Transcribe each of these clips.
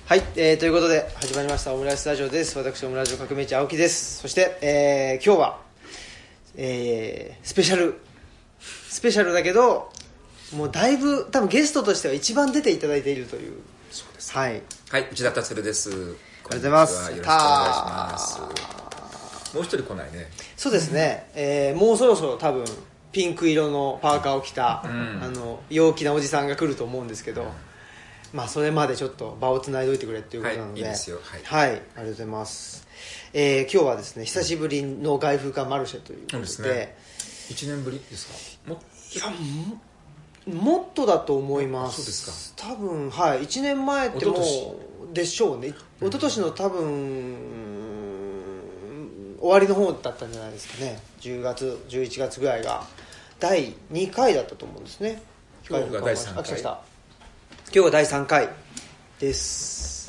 はい、ということで始まりましたオムライスラジオです。私オムラジオ革命児青木です。そして、今日は、スペシャルだけどもうだいぶ多分ゲストとしては一番出ていただいているという。 そうです。 はい、 はい、内田達郎です。ありがとうございます。 よろしくお願いします。もう一人来ないね。 そうですね、もうそろそろ多分ピンク色のパーカーを着た、陽気なおじさんが来ると思うんですけど、まあそれまでちょっと場をつないでおいてくれっていうことなので、 はい、いいですよ。はい、 はい、ありがとうございます。今日はですね、久しぶりの外風館マルシェということで、 そうですね、1年ぶりですか？ もっとだと思います。 そうですか。 多分、はい、1年前ってもうでしょうね。一昨年の多分終わりの方だったんじゃないですかね。10月11月ぐらいが第2回だったと思うんですね。 今日が第3回。 今日が第3回です。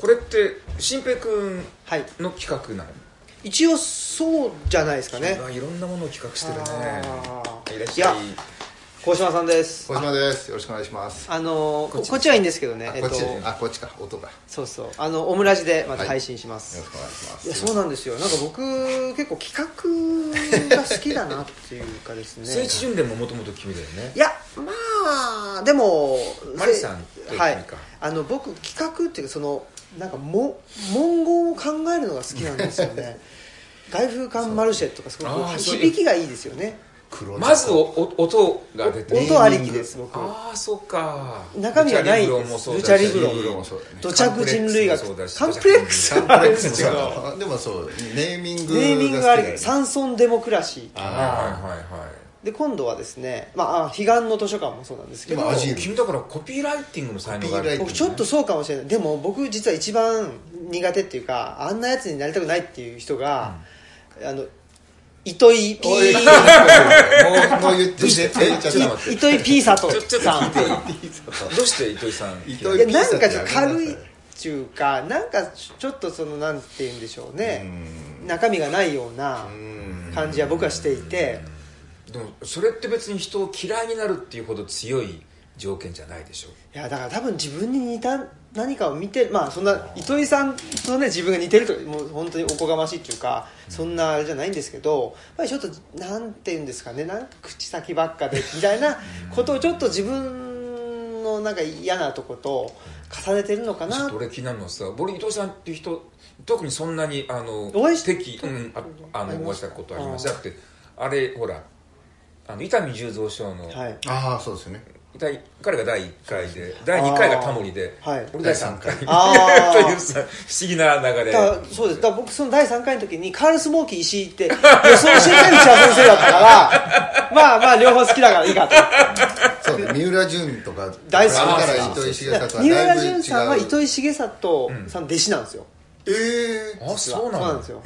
これって新平君の企画なの？ 一応そうじゃないですかね。 いろんなものを企画してるね。いらっしゃい。 小島さんです。 小島です。よろしくお願いします。 こっちはいいんですけどね。 こっちか、音が。 そうそう。オムラジでまた配信します。 よろしくお願いします。 いや、そうなんですよ。なんか僕結構企画が好きだなっていうかですね。 聖地巡礼ももともと君だよね。 いや、まあでもマリさんと君か。 はい。僕企画っていうかなんか文言を考えるのが好きなんですよね。外風館マルシェとかすごく響きがいいですよね。 まず音が出て音ありきです。僕そうか。 中身がないルチャリブロも土着人類学、カンプレックスは違う。でもそうネーミングあり、山村デモクラシー。 はいで今度はですね、彼岸の図書館もそうなんですけど、 君だからコピーライティングの才能がある。 僕ちょっとそうかもしれない。でも僕実は一番苦手っていうか、あんなやつになりたくないっていう人が、糸井 P もう言って糸井 P 佐藤さん。 どうして糸井さん？ いや、なんかちょっと軽いっていうか、なんかちょっとなんて言うんでしょうね、中身がないような感じは僕はしていて。 でもそれって別に人を嫌いになるっていうほど強い条件じゃないでしょ。 いや、だから多分自分に似た何かを見て、そんな糸井さんとね自分が似てるともう本当におこがましいっていうか、そんなあれじゃないんですけど、やっぱりちょっとなんて言うんですかね、なんか口先ばっかでみたいなことをちょっと自分のなんか嫌なとこと重ねてるのかな。 ちょっと俺気になるのはさ、俺糸井さんっていう人特にそんなにお会いしたことあります。だってあれほら伊丹十三賞の、 そうですね。 彼が第1回で第2回がタモリで、俺第3回というさ不思議な流れ。 そうです。だから僕その第3回の時にカールスモーキー石井って予想してた内田先生だったからまあ両方好きだからいいかと。 そうね、三浦淳とか大好きだから糸井重里は三浦淳さんは糸井重里さんの弟子なんですよ。 そうなんですよ。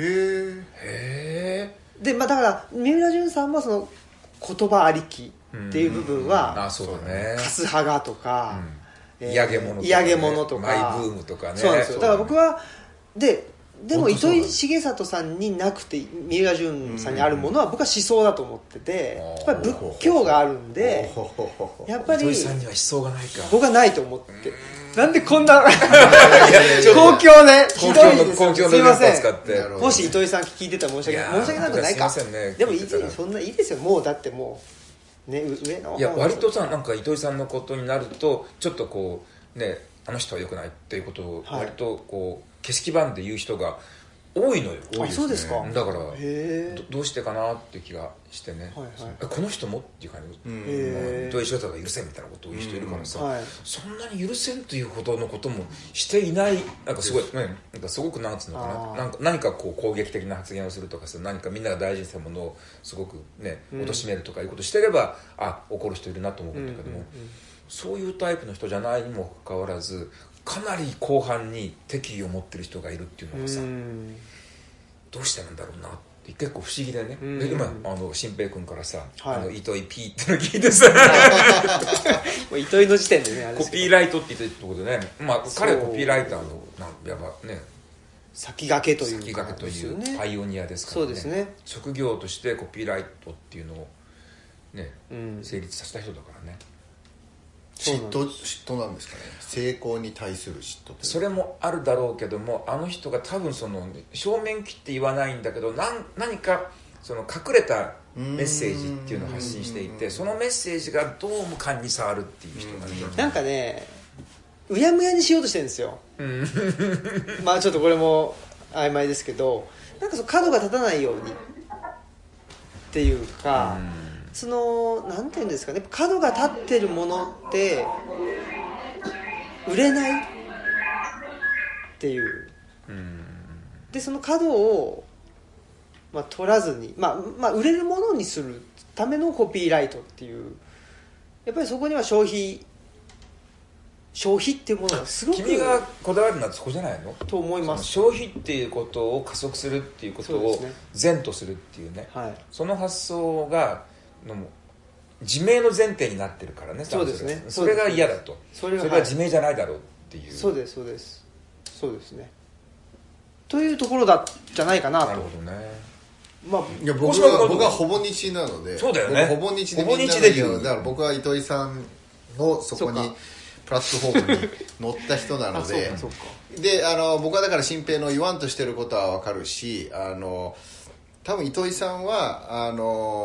でだから三浦淳さんもその言葉ありきっていう部分は、 そうだね、 カスハガとか、 嫌げ物とか、マイブームとかね。 そうなんですよ。だから僕はでも糸井重里さんになくて三浦淳さんにあるものは僕は思想だと思ってて、やっぱり仏教があるんで、やっぱり糸井さんには思想がないか。 僕はないと思って。なんでこんな公共ね、ひどいです。すいません。もし糸井さん聞いてたら申し訳なくないか。でもそんないいですよ。もうだってもうね、上の。 いや割とさ、なんか糸井さんのことになるとちょっとこうね、あの人は良くないっていうことを割とこう景色版で言う人が多いのよ。 そうですか。 だからどうしてかなっていう気がしてね、この人もっていう感じで糸井重里が許せんみたいなことを言う人いるからさ、そんなに許せんというほどのこともしていない。なんかすごいね、なんかすごくなんつうのかな、何かこう攻撃的な発言をするとかさ、何かみんなが大事にしたものをすごくね貶めるとかいうことしてれば怒る人いるなと思うんだけども、そういうタイプの人じゃないにもかかわらずかなり後半に敵意を持ってる人がいるっていうのはさ、どうしてなんだろうなって結構不思議でね。で今新平君からさ、糸井 P っての聞いてさ糸井の時点でね、 コピーライトって言ってたところでね、彼はコピーライターのやばね先駆けというパイオニアですからね。 そうですね。 職業としてコピーライトっていうのをね成立させた人だからね。 嫉妬なんですかね。成功に対する嫉妬って。 それもあるだろうけども、あの人が多分その正面切って言わないんだけど、何かその隠れたメッセージっていうのを発信していて、そのメッセージがどうも勘に触るっていう人がいる。 なんかね、うやむやにしようとしてるんですよ。まあちょっとこれも曖昧ですけど、なんか角が立たないようにっていうか、そのなんていうんですかね、角が立ってるものって売れないっていう、でその角を、取らずに、売れるものにするためのコピーライトっていう、やっぱりそこには消費っていうものがすごく、 君がこだわるのはそこじゃないのと思います。 消費っていうことを加速するっていうことを善とするっていうね、その発想が自明の前提になってるからね。 そうですね。 それが嫌だと。それが自明じゃないだろうっていう。 そうですね。というところじゃないかなと。 なるほどね。 いや僕はほぼ日なので、 そうだよね。 ほぼ日でみんなだけど、だから僕は糸井さんのそこにプラットフォームに乗った人なので、で僕はだから新平の言わんとしてることは分かるし、多分糸井さんは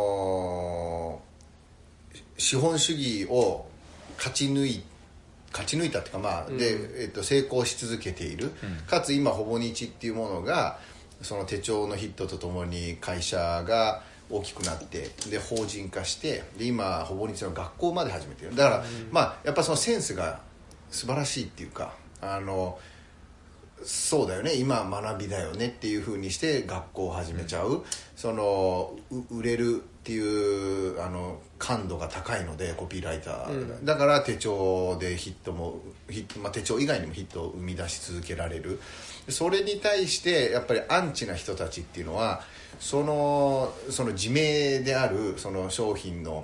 資本主義を勝ち抜いたっていうか、で成功し続けている、かつ今ほぼ日っていうものがその手帳のヒットとともに会社が大きくなって、で法人化して、で今ほぼ日の学校まで始めてる。だからやっぱそのセンスが素晴らしいっていうか、そうだよね、今学びだよねっていう風にして学校を始めちゃう、その売れるっていう感度が高いのでコピーライター、だから手帳で手帳以外にもヒットを生み出し続けられる。それに対してやっぱりアンチな人たちっていうのはその自明であるその商品の、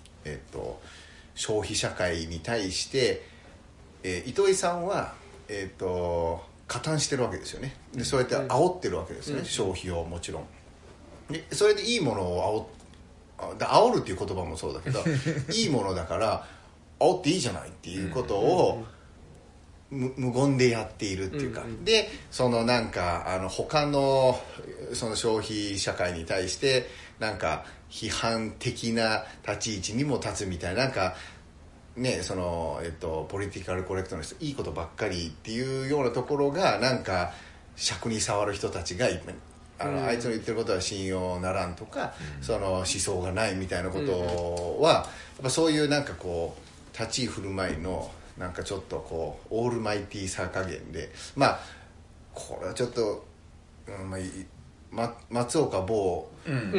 消費社会に対して、糸井さんは加担してるわけですよね。でそうやって煽ってるわけですね、消費をもちろん。でそれでいいものを煽るっていう言葉もそうだけどいいものだから煽っていいじゃないっていうことを無言でやっているっていうか、でそのなんか他のその消費社会に対してなんか批判的な立ち位置にも立つみたいな、なんかね、そのポリティカルコレクトの人いいことばっかりっていうようなところがなんか尺に触る人たちがいっぱい、あいつの言ってることは信用ならんとか、その思想がないみたいなことは、やっぱそういうなんかこう立ち居振る舞いのなんかちょっとこうオールマイティーさ加減で、これはちょっと、松岡某、 もう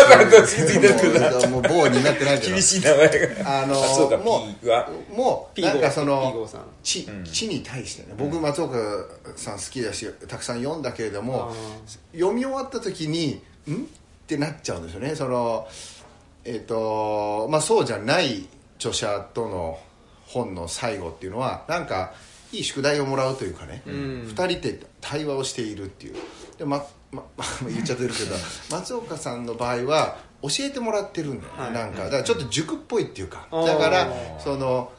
某になってないけど厳しい名前が松岡 P はもうなんかその知に対してね、僕松岡さん好きだしたくさん読んだけれども、読み終わった時にってなっちゃうんですよね。そのそうじゃない著者との本の最後っていうのはなんかいい宿題をもらうというかね、2人で対話をしているっていう。で言っちゃってるけど松岡さんの場合は教えてもらってるんだよね、なんかだからちょっと塾っぽいっていうか、だからその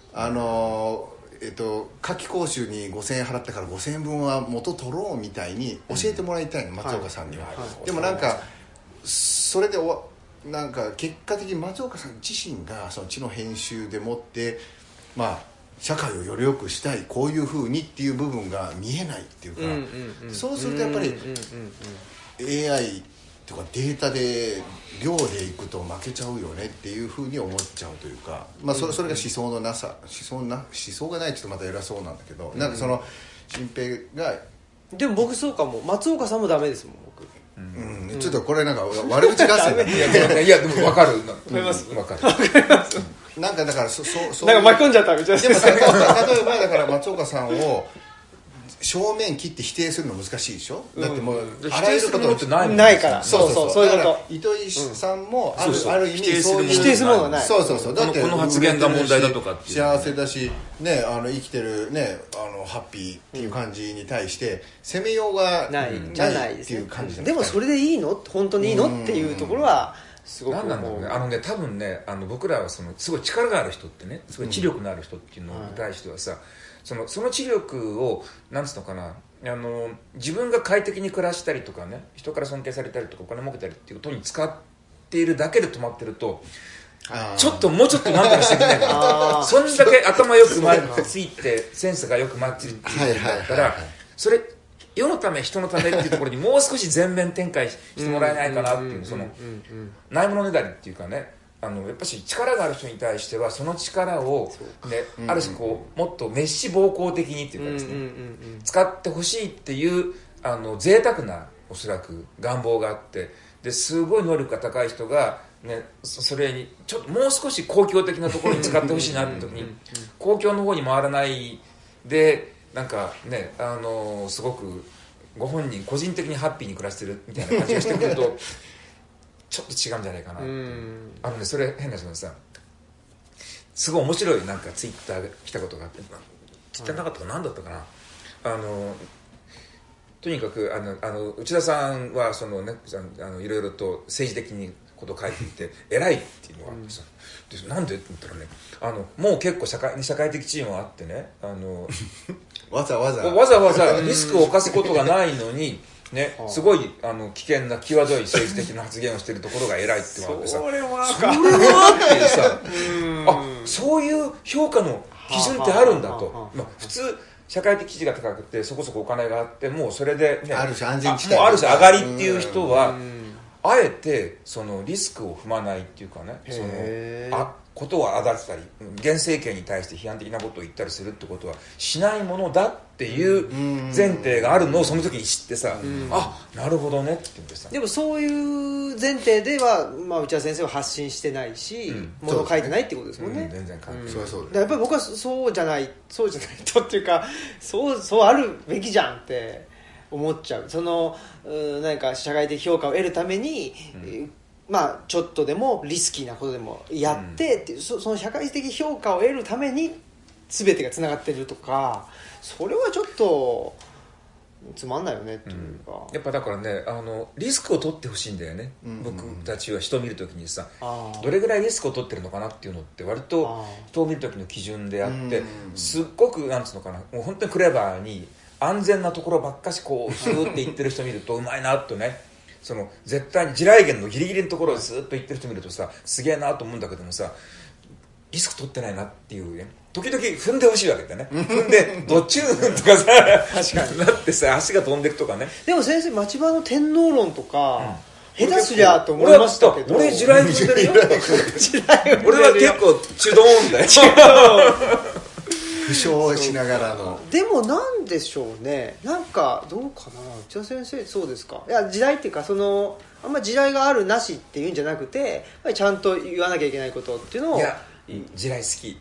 夏季講習に5000円払ったから5000円分は元取ろうみたいに教えてもらいたいの、松岡さんには、でもなんかそれでなんか結果的に松岡さん自身がその知の編集でもって社会をより良くしたい、こういう風にっていう部分が見えないっていうか、そうするとやっぱり AI とかデータで量でいくと負けちゃうよねっていう風に思っちゃうというか、それが思想のなさ、思想がないって言うとまた偉そうなんだけど、なんかその新平がでも僕そうかも、松岡さんもダメですもん僕。 ちょっとこれなんか悪口合戦いやでも分かる分かるなんかだからなんか巻き込んじゃったみたいな。 でも例えばだから松岡さんを正面切って否定するの難しいでしょ、だってもう否定するものってないから、そういうこと。 糸井さんもある意味そういう否定するものがない。 そうだってこの発言が問題だとかっていう幸せだしね、生きてるねハッピーっていう感じに対して責めようがないっていう感じじゃないですか。 でもそれでいいの、本当にいいのっていうところはすごく何なんだろうね。多分ね僕らはすごい力がある人ってね、すごい知力のある人っていうのに対してはさ、その知力をなんつうのかな、自分が快適に暮らしたりとかね、人から尊敬されたりとかお金儲けたりっていうことに使っているだけで止まってると、もうちょっとなんとかしてくれないかなそんだけ頭よくついてセンスがよくついてるんだったら、それ世のため人のためっていうところにもう少し全面展開してもらえないかなっていう、ないものねだりっていうかね、やっぱし力がある人に対してはその力を、ね、ある種こうもっと滅私暴行的にっていうかですね、使ってほしいっていう贅沢なおそらく願望があって、ですごい能力が高い人が、ね、それにちょっともう少し公共的なところに使ってほしいなって時に公共の方に回らないで、なんかねすごくご本人個人的にハッピーに暮らしてるみたいな感じがしてくるとちょっと違うんじゃないかなって。それ変な人でさ、すごい面白いなんかツイッターが来たことがあって、ツイッターなかったか何だったかな、とにかく内田さんはね、いろいろと政治的にことを書いていて偉いっていうのがあってさ、なんでって言ったらね、もう結構社会的地位もあってね、 わざわざリスクを冒すことがないのにね、すごい危険な際どい政治的な発言をしているところが偉いって言われてさ、 それはってさそういう評価の基準ってあるんだと。普通社会的地位が高くてそこそこお金があってもうそれで、ね、 ある種安全地帯、 もうある種上がりっていう人はあえてリスクを踏まないっていうかね、ことをあだったり現政権に対して批判的なことを言ったりするってことはしないものだっていう前提があるのをその時に知ってさ、なるほどねって言ってさ。 でもそういう前提では、内田先生は発信してないし、ものを書いてないってことですもんね。 全然書いてない。 やっぱり僕はそうじゃないとっていうか、そうあるべきじゃんって思っちゃう。何か社会的評価を得るために、ちょっとでもリスキーなことでもやってっていう、その社会的評価を得るために全てがつながってるとか、それはちょっとつまんないよねっていうか、 やっぱだからねリスクを取ってほしいんだよね、僕たちは人を見るときにさ、どれぐらいリスクを取ってるのかなっていうのって割と人を見るときの基準であって、すっごくなんつうのかな、もう本当にクレバーに安全なところばっかしこうスーって言ってる人見るとうまいなとね、絶対に地雷原のギリギリのところをずっと言ってる人見るとさ、すげえなと思うんだけどもさ、リスク取ってないなっていうね、時々踏んでほしいわけだね。踏んでどっちゅうとかさ確かになってさ、足が飛んでるとかね。 でも先生、町場の天皇論とか、下手すりゃと思いましたけど、 俺地雷踏んでるよ俺は結構チュドーンだよ不詳しながらの。 でもなんでしょうね、なんかどうかな、内田先生そうですか。いや、時代っていうかあんま時代があるなしっていうんじゃなくて、やっぱりちゃんと言わなきゃいけないことっていうのを。 いや、地雷好き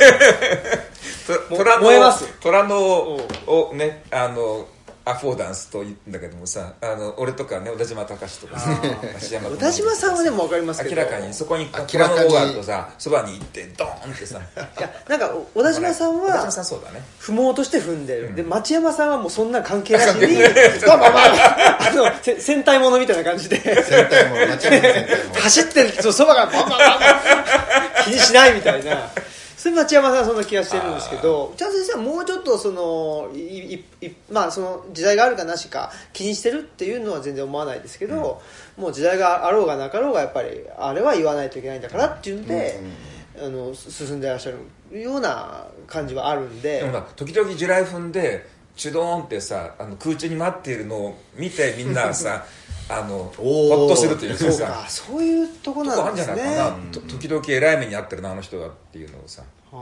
燃えます。 虎のをね、アフォーダンスと言うんだけどもさ、俺とかね、小田島隆とかさ、 小田島さんはでも分かりますけど、 明らかにそこに虎の尾があるとさ、そばに行ってドーンってさ、 いや、なんか小田島さんは踏もうとして踏んでる、で町山さんはもうそんな関係なしに戦隊ものみたいな感じで走ってるそばがバンバンバンバン気にしないみたいな、それ町山さんはそんな気がしてるんですけど、内田先生はもうちょっとその時代があるかなしか気にしてるっていうのは全然思わないですけど、もう時代があろうがなかろうがやっぱりあれは言わないといけないんだからっていうんで、進んでいらっしゃるような感じはあるんで。 でも時々地雷踏んでチュドーンってさ、空中に待っているのを見てみんなさほっとするというかさ、 そういうとこなんですね。 とこあるんじゃないかな、時々偉い目に遭ってるなあの人はっていうのをさ、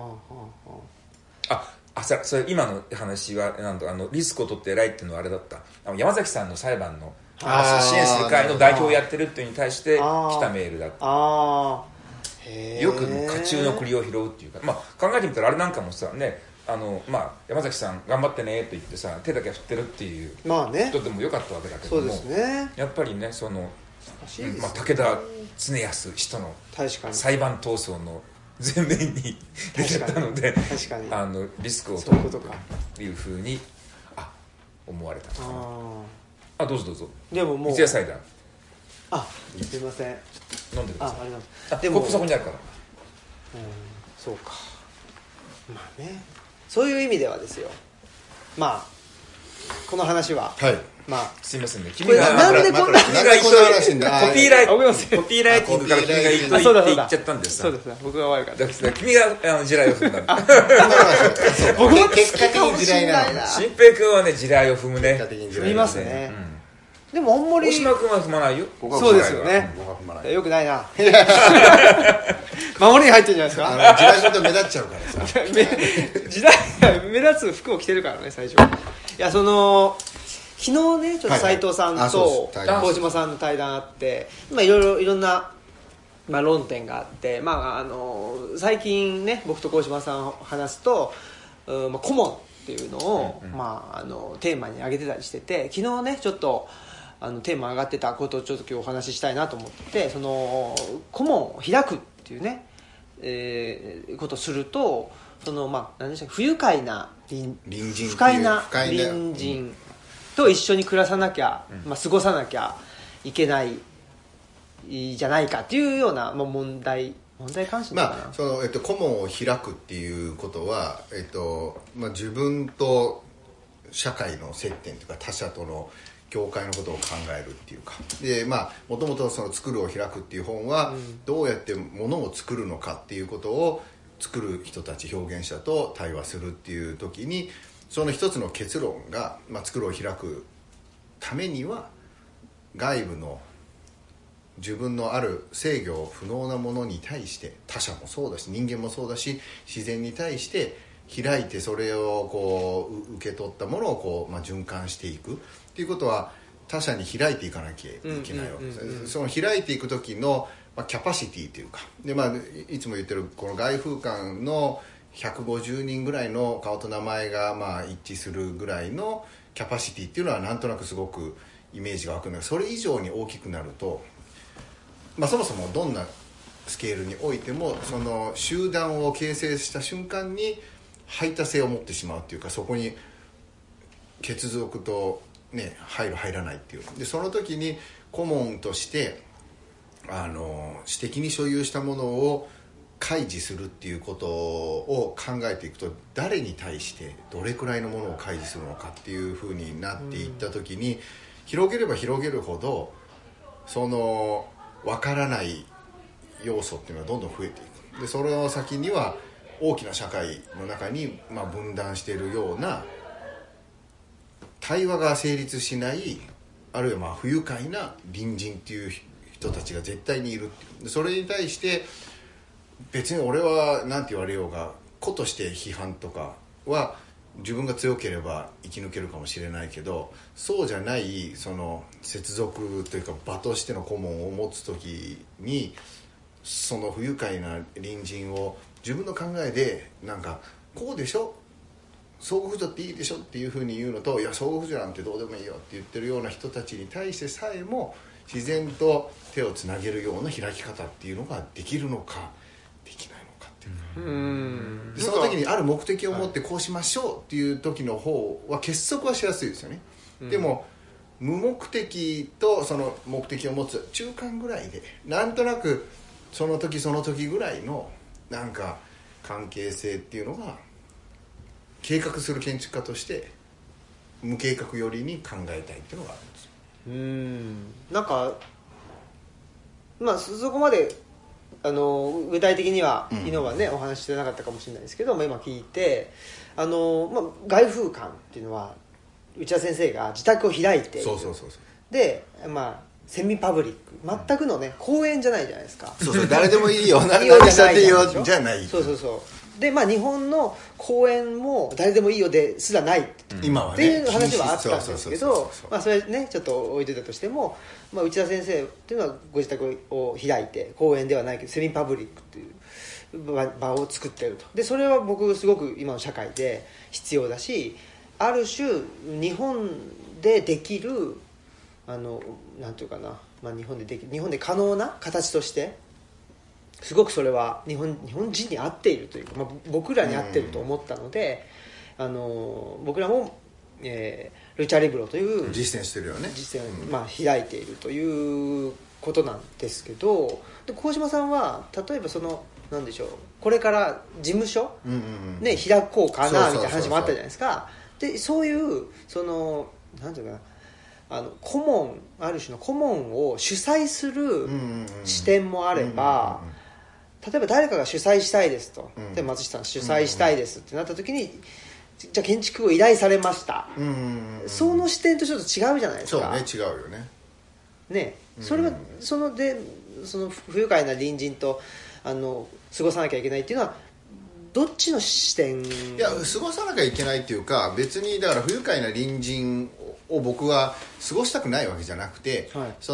それ今の話はリスクを取って偉いっていうのはあれだった、山崎さんの裁判の支援する会の代表をやってるっていうに対して来たメールだった。よく家中の栗を拾うっていうか、考えてみたらあれなんかもさね、山崎さん頑張ってねと言ってさ、手だけ振ってるっていう人でもよかったわけだけども、やっぱりね、武田恒康氏との裁判闘争の前面に出てたので、リスクを取るというふうに思われたのかな。どうぞどうぞ。 でももう三ツ矢サイダーあ、すいません、 飲んでください。 ありがとう。 でもコップそこにあるから。 そうか。まあね、そういう意味ではですよ、まあこの話は、 はい、 まあすいませんね、 君がなんでこんな君が一緒にコピーライティングから君が糸行って言っちゃったんです。 そうですね、僕が悪かった。 君が地雷を踏んだんだ。 僕も結果的に地雷なの。 新平君はね、地雷を踏むね。 踏みますね。でもあんまり大島君は踏まないよ。 そうですよね。よくないな。守りに入ってるんじゃないですか。 地雷すると目立っちゃうからさ。 時代が目立つ服を着てるからね、最初。いや、昨日ね、ちょっと斉藤さんと大島さんの対談あって、まあいろんな、まあ、論点があって、まあ最近ね、僕と大島さん話すと、まあ、顧問っていうのを、まあテーマに挙げてたりしてて、昨日ねちょっとテーマ上がってたことをちょっと今日お話ししたいなと思って、その顧問を開くっていうね、ことをすると、まあ何でしたっけ、不愉快な不快な隣人と一緒に暮らさなきゃ、まあ、過ごさなきゃいけないじゃないかっていうような、まあ、問題関心かな、 まあ顧問を開くっていうことは、まあ、自分と社会の接点というか他者との境界のことを考えるっていうかで、まあもともと作るを開くっていう本は、どうやってものを作るのかっていうことを作る人たち表現者と対話するっていう時に、その一つの結論が、まあ、作るを開くためには外部の自分のある制御不能なものに対して、他者もそうだし人間もそうだし自然に対して開いて、それをこう受け取ったものをこう、まあ、循環していくっていうことは、他者に開いていかなきゃいけないわけです。その開いていく時の、まあ、キャパシティというかで、まあ、いつも言ってるこの外風館の150人ぐらいの顔と名前がまあ一致するぐらいのキャパシティっていうのはなんとなくすごくイメージが湧くんだけど、それ以上に大きくなると、まあ、そもそもどんなスケールにおいてもその集団を形成した瞬間に排他性を持ってしまうっていうか、そこに血族と、ね、入る入らないっていうで、その時に顧問として私的に所有したものを開示するっていうことを考えていくと、誰に対してどれくらいのものを開示するのかっていう風になっていった時に、広げれば広げるほどその分からない要素っていうのはどんどん増えていく。でその先には大きな社会の中に、まあ、分断しているような対話が成立しない、あるいはまあ不愉快な隣人っていう人たちが絶対にいるっていう。でそれに対して別に俺は何て言われようが個として批判とかは自分が強ければ生き抜けるかもしれないけど、そうじゃないその接続というか場としての顧問を持つ時に、その不愉快な隣人を自分の考えでなんかこうでしょ、相互扶助っていいでしょっていうふうに言うのと、いや相互扶助なんてどうでもいいよって言ってるような人たちに対してさえも自然と手をつなげるような開き方っていうのができるのかできないのかっていうで、その時にある目的を持ってこうしましょうっていう時の方は結束はしやすいですよね。でも無目的とその目的を持つ中間ぐらいで、なんとなくその時その時ぐらいのなんか関係性っていうのが計画する建築家として無計画寄りに考えたいっていうのがあるんです。 なんかまあそこまで具体的には昨日はね、お話ししてなかったかもしれないですけど、まあ、今聞いてまあ、外風館っていうのは内田先生が自宅を開いている。でまあセミパブリック全くのね公園じゃないじゃないですか。 そう誰でもいいよ何したっていいよじゃない。 そうで、まあ、日本の公園も誰でもいいよですらない今は、ね、 っていう話はあったんですけど、まあそれねちょっと置いてたとしても、まあ、内田先生っていうのはご自宅を開いて公園ではないけどセミパブリックっていう場を作っていると。でそれは僕すごく今の社会で必要だし、ある種日本でできるなんていうかな、まあ、日本で可能な形としてすごくそれは日本人に合っているというか、まあ、僕らに合っていると思ったので、僕らもルチャリブロという実践してるよね、 実践を、開いているということなんですけど、で鴻島さんは例えばなんでしょう、これから事務所、開こうかなみたいな話もあったじゃないですか。でそういうなんていうかな、顧問、ある種の顧問を主催する視点もあれば、例えば誰かが主催したいですと、で松下さん主催したいですってなった時に、じゃあ建築を依頼されました、その視点とちょっと違うじゃないですか。 そうね、違うよね。 ね、それはその不愉快な隣人と過ごさなきゃいけないっていうのはどっちの視点？ いや、過ごさなきゃいけないっていうか、別にだから不愉快な隣人を僕は過ごしたくないわけじゃなくて、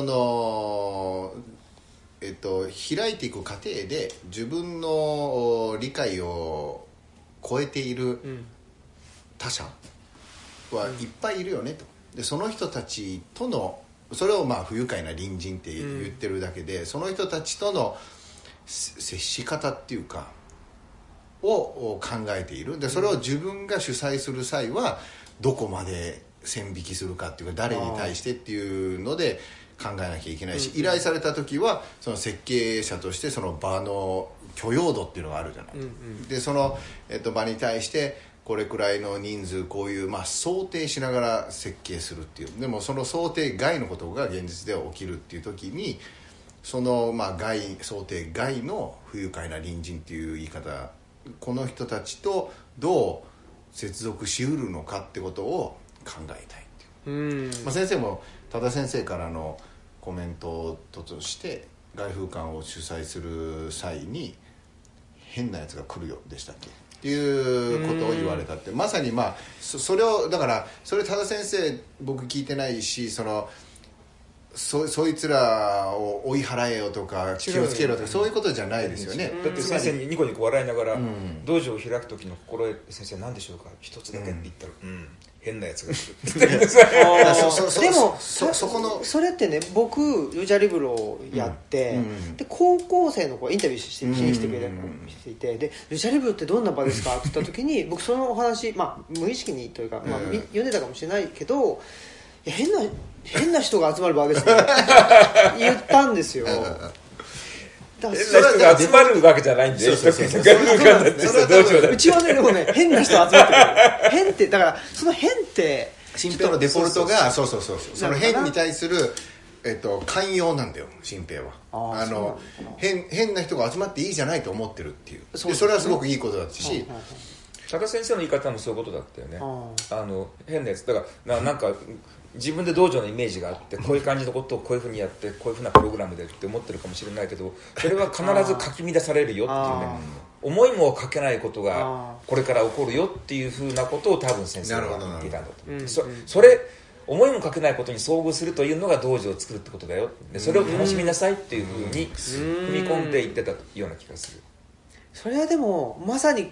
開いていく過程で自分の理解を超えている他者はいっぱいいるよねと。でその人たちとの、それを不愉快な隣人って言ってるだけで、その人たちとの接し方っていうかを考えている。でそれを自分が主催する際はどこまで線引きするかっていうか、誰に対してっていうので考えなきゃいけないし、依頼された時はその設計者としてその場の許容度っていうのがあるじゃない、でその、場に対してこれくらいの人数、こういう、想定しながら設計するっていう。でもその想定外のことが現実で起きるっていう時に、その、想定外の不愉快な隣人っていう言い方、この人たちとどう接続しうるのかってことを考えたいっていう。先生も多田先生からのコメントとして外風館を主催する際に変なやつが来るよでしたっけっていうことを言われたって、まさにそれをだからそれ多田先生僕聞いてないし、そいつらを追い払えよとか気をつけろとかそういうことじゃないですよね。 だって先生にニコニコ笑いながら、道場を開く時の心得、先生何でしょうか、一つだけって言ったら、変なやつが来るでもそれってね、僕ルチャリブロをやって、で高校生の子がインタビューしに来てくれた人していて、でルチャリブロってどんな場ですかって言った時に僕そのお話、無意識にというか、読んでたかもしれないけど、いや変な人が集まる場ですね言ったんですよ。 変な人が集まるわけじゃないんで、うちはね、でもね、変な人集まってくる。変ってだから、その変って新平のデフォルトがその変に対する寛容なんだよ。新平は変な人が集まっていいじゃないと思ってるっていう。でそれはすごくいいことだし、 多田先生の言い方もそういうことだったよね。変なやつだからなんか自分で道場のイメージがあって、こういう感じのことをこういうふうにやって、こういうふうなプログラムでって思ってるかもしれないけど、それは必ずかき乱されるよっていうね、思いもかけないことがこれから起こるよっていうふうなことを多分先生が言っていたんだと。それ思いもかけないことに遭遇するというのが道場を作るってことだよ、でそれを楽しみなさいっていうふうに踏み込んでいってたような気がする。 それはでもまさに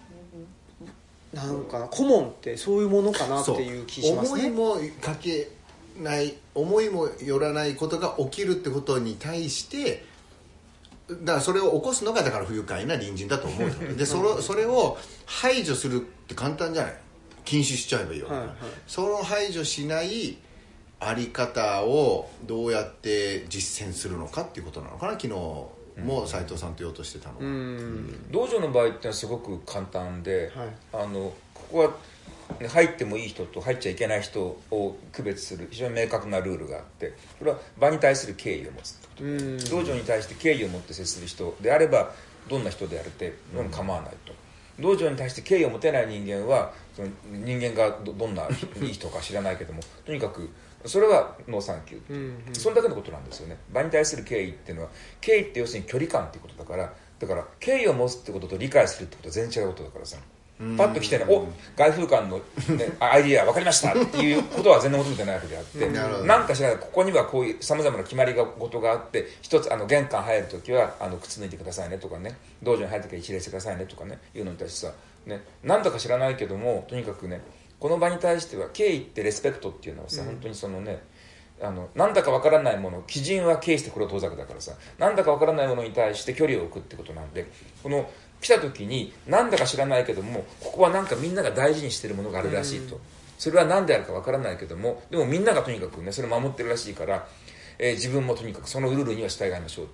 なんかな、顧問ってそういうものかなっていう気しますね。 思いもかけない、思いもよらないことが起きるってことに対して、だからそれを起こすのがだから不愉快な隣人だと思うでそれを排除するって簡単じゃない、禁止しちゃえばいいよ、その排除しないあり方をどうやって実践するのかっていうことなのかな。昨日も斉藤さんと言おうとしてたの道場の場合ってのはすごく簡単で、ここは入ってもいい人と入っちゃいけない人を区別する非常に明確なルールがあって、それは場に対する敬意を持つってこと。道場に対して敬意を持って接する人であればどんな人であれて構わないと。道場に対して敬意を持てない人間は、その人間がどんないい人か知らないけども、とにかくそれはノーサンキュー、それだけのことなんですよね。場に対する敬意っていうのは、敬意って要するに距離感っていうことだから、敬意を持つってことと理解するってことは全然違うことだからさ、パッと来てね、外風館の、アイディア分かりましたっていうことは全然求めてないわけであってなんかしらここにはこういうさまざまな決まり事があって、一つ玄関入るときは靴脱いでくださいねとかね、道場に入るときは一礼してくださいねとかね、いうのに対してさ、なんだか知らないけども、とにかくね、この場に対しては敬意ってレスペクトっていうのはさ、本当にそのね、なんだかわからないもの、基準は敬してこれを遠ざくだからさ、なんだかわからないものに対して距離を置くってことなんで、この来た時になんだか知らないけども、ここはなんかみんなが大事にしてるものがあるらしいと、 それは何であるかわからないけども、でもみんながとにかくねそれを守ってるらしいから、自分もとにかくそのルールには従いましょうって。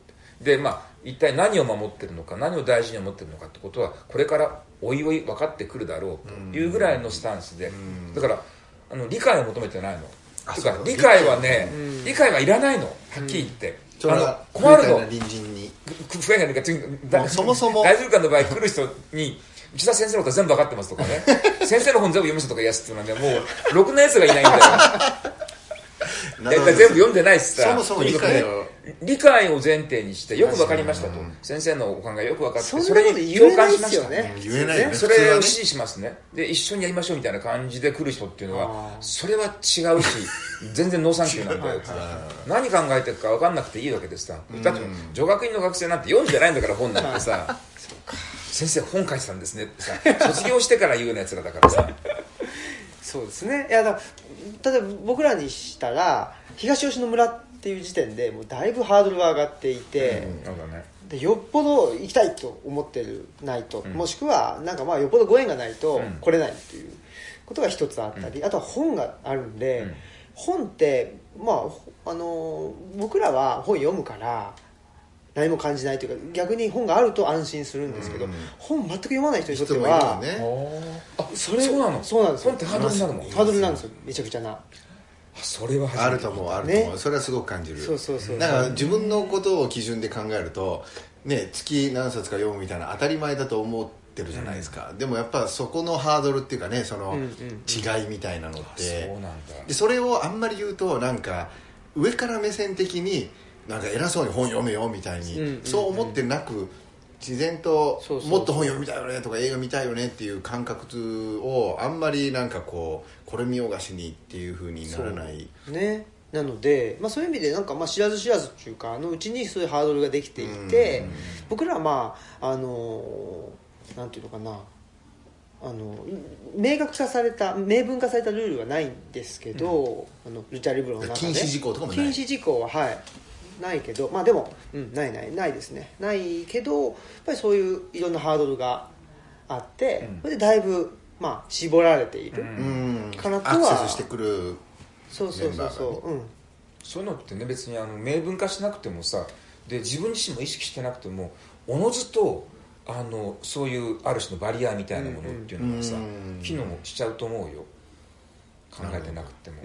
で一体何を守ってるのか、何を大事に思ってるのかってことはこれからおいおい分かってくるだろうというぐらいのスタンスで、だから理解を求めてないの。とか理解はね、理解はいらないの、はっきり言って。困るの。 隣人に不安がそもそも大丈夫かの場合来る人に内田先生のこと全部分かってますとかね先生の本全部読みましたとか言いやすっていうのはね、もうろくなやつがいないんだよ全部読んでないしさ、 そもそも理解を理解を前提にしてよく分かりましたと、先生のお考えよく分かってそれに共感しましたね。 言えないよね。 それを指示しますね。で一緒にやりましょうみたいな感じで来る人っていうのはそれは違うし全然ノーサンキューなんだよ何考えてるか分かんなくていいわけですさ。だって女学院の学生なんて読んでないんだから本なんてさ先生本書いてたんですねってさ卒業してから言うようなやつらだからさそうですね。いやだ例えば僕らにしたら東吉野村っていう時点でもうだいぶハードルが上がっていて、でよっぽど行きたいと思ってるないと、もしくはなんかよっぽどご縁がないと来れないっていうことが一つあったり、あとは本があるんで、本って僕らは本読むから何も感じないというか、逆に本があると安心するんですけど、本全く読まない人にとってはそうなの。 そうなんですよ。 本ってハードルになるの。 ハードルなんですよ、めちゃくちゃな。 それはあると思う、あると思う、それはすごく感じる。だから自分のことを基準で考えるとね、月何冊か読むみたいな当たり前だと思ってるじゃないですか、でもやっぱそこのハードルっていうかね、その違いみたいなのって、 そうなんだ。 でそれをあんまり言うとなんか上から目線的になんか偉そうに本読めよみたいに、そう思ってなく自然ともっと本読みたいよねとか映画見たいよねっていう感覚をあんまりなんかこれ見よがしにっていう風にならないね。なので、そういう意味でなんか知らず知らずっていうかうちにそういうハードルができていて、僕らはなんていうのかな、明確化された明文化されたルールはないんですけど、ルチャリブロの中で禁止事項とかもない。 禁止事項はないけど、でも、ないですね。ないけどやっぱりそういういろんなハードルがあって、それでだいぶ絞られているかなとは。 アクセスしてくるそう、 そういうのってね、別に明文化しなくてもさ、で自分自身も意識してなくてもおのずとそういうある種のバリアみたいなものっていうのがさ、機能しちゃうと思うよ、考えてなくても。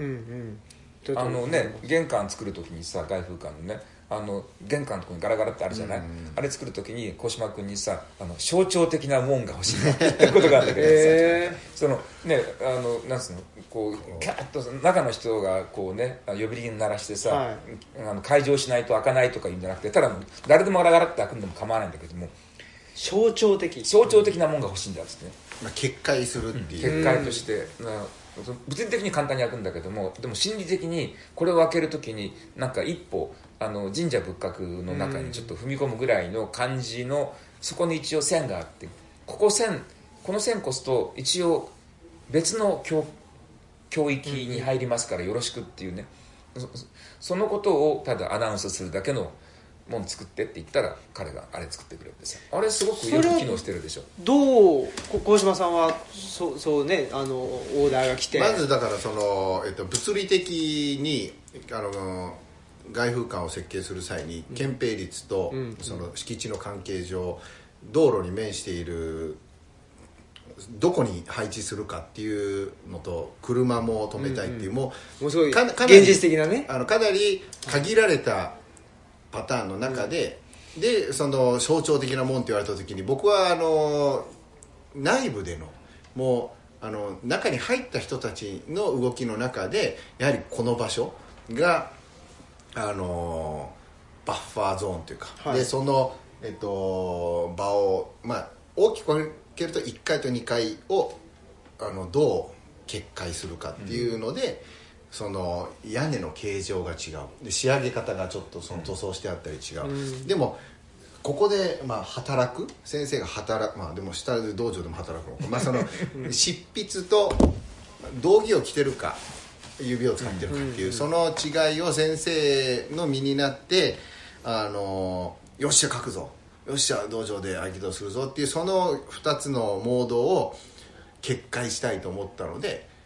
玄関作るときにさ、外風館のね、玄関のところにガラガラってあるじゃない、あれ作るときに小島君にさ象徴的な門が欲しいなって言ったことがあるんだけどさそのね、なんつうの、こうキャッと中の人がこうね呼び鈴鳴らしてさ、開錠しないと開かないとか言うんじゃなくて、ただ誰でもガラガラって開くんでも構わないんだけども、象徴的な門が欲しいんだっつってね、 結界するっていう結界として、物理的に簡単に開くんだけども、でも心理的にこれを開けるときになんか一歩神社仏閣の中にちょっと踏み込むぐらいの感じの、そこに一応線があって、この線越すと一応別の教域に入りますからよろしくっていうね、そのことをただアナウンスするだけのもん作ってって言ったら彼があれ作ってくれるんですよ。あれすごくよく機能してるでしょ。 どう小島さんはそうね、オーダーが来て、 まずだから物理的に外風館を設計する際に建蔽率とその敷地の関係上道路に面しているどこに配置するかっていうのと、車も止めたいっていう、もうすごい現実的なね、 かなり限られたパターンの中で、でその象徴的なもんって言われた時に、僕は内部でのもう中に入った人たちの動きの中で、やはりこの場所がバッファーゾーンというか、でその、場を、大きく分けると1階と2階をどう決壊するかっていうので、その屋根の形状が違う、で仕上げ方がちょっとその塗装してあったり違う、でもここで働く先生が働く、でも下で道場でも働くのか、その執筆と道着を着てるか指を使ってるかっていう、その違いを先生の身になって、よっしゃ書くぞ、よっしゃ道場で合気道するぞっていう、その2つのモードを決壊したいと思ったので、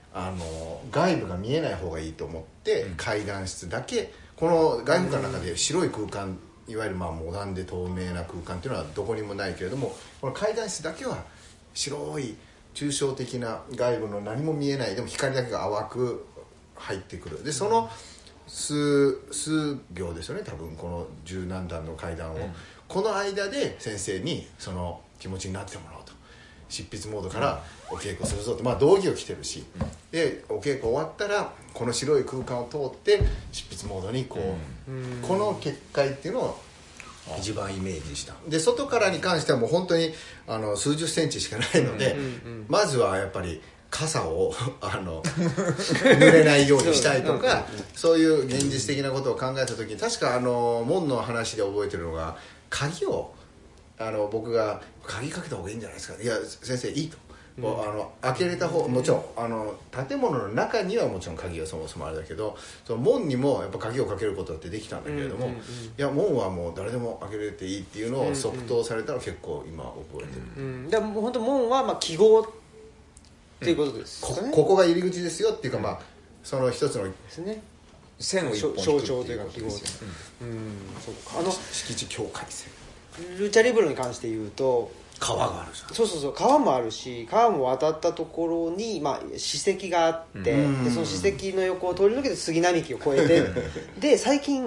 外部が見えない方がいいと思って、階段室だけこの外部間の中で白い空間、いわゆるモダンで透明な空間っていうのはどこにもないけれども、この階段室だけは白い抽象的な外部の何も見えない、でも光だけが淡く入ってくる。でその数行ですよね、多分この十何段の階段を、この間で先生にその気持ちになってもらおうと、執筆モードからお稽古するぞと、道着を着てるし、でお稽古終わったらこの白い空間を通って執筆モードにこの結界っていうのを一番イメージした。で外からに関してはもう本当に数十センチしかないので、まずはやっぱり傘を濡れないようにしたいとかそういう現実的なことを考えた時に、確か門の話で覚えてるのが、鍵を僕が鍵かけた方がいいんじゃないですか、いや先生いいと、開けれた方、もちろん建物の中にはもちろん鍵がそもそもあれだけど、その門にもやっぱ鍵をかけることだってできたんだけれども、いや門はもう誰でも開けれていいっていうのを即答されたのを結構今覚えてる。 でも本当門は記号っていうことですかね、 ここが入り口ですよっていうか、その一つのですね、 線を一本象徴というか記号ですよ。そうか、 敷地境界線、 ルチャリブロに関して言うと川があるじゃん。 そう川もあるし、川も渡ったところに史跡があって、でその史跡の横を通り抜けて杉並木を越えてで最近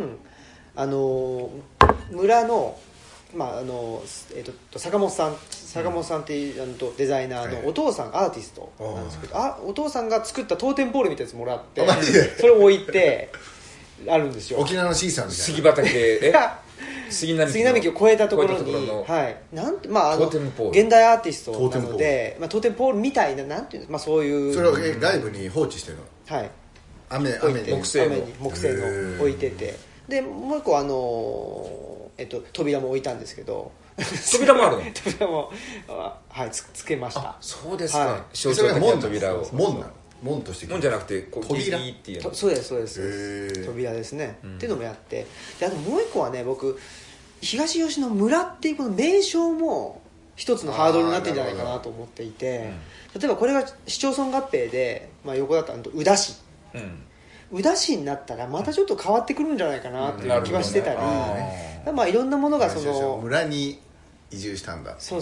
村の坂本さんっていうデザイナーのお父さん、アーティストなんですけど、お父さんが作ったトーテンポールみたいなやつもらって、それを置いてあるんですよ。 沖縄のシーサーみたいな杉畑杉並木を越えたところに、なんて現代アーティストなのでトーテンポールみたいな、なんていうの、そういうそれを外部に放置してるの。 はい、 雨に木製の置いてて、でもう一個扉も置いたんですけど、 扉もあるの？ 扉もつけました。 そうですか。象徴的な扉を。 門なの？門として門じゃなくて扉っていうの。 そうです扉ですね、っていうのもやって、であともう一個はね、僕東吉野村っていうこの名称も一つのハードルになってるんじゃないかなと思っていて、例えばこれが市町村合併で、横だったら宇陀市、宇陀市になったらまたちょっと変わってくるんじゃないかなっていう気はしてたり、いろんなものが村に移住したんだ。 そう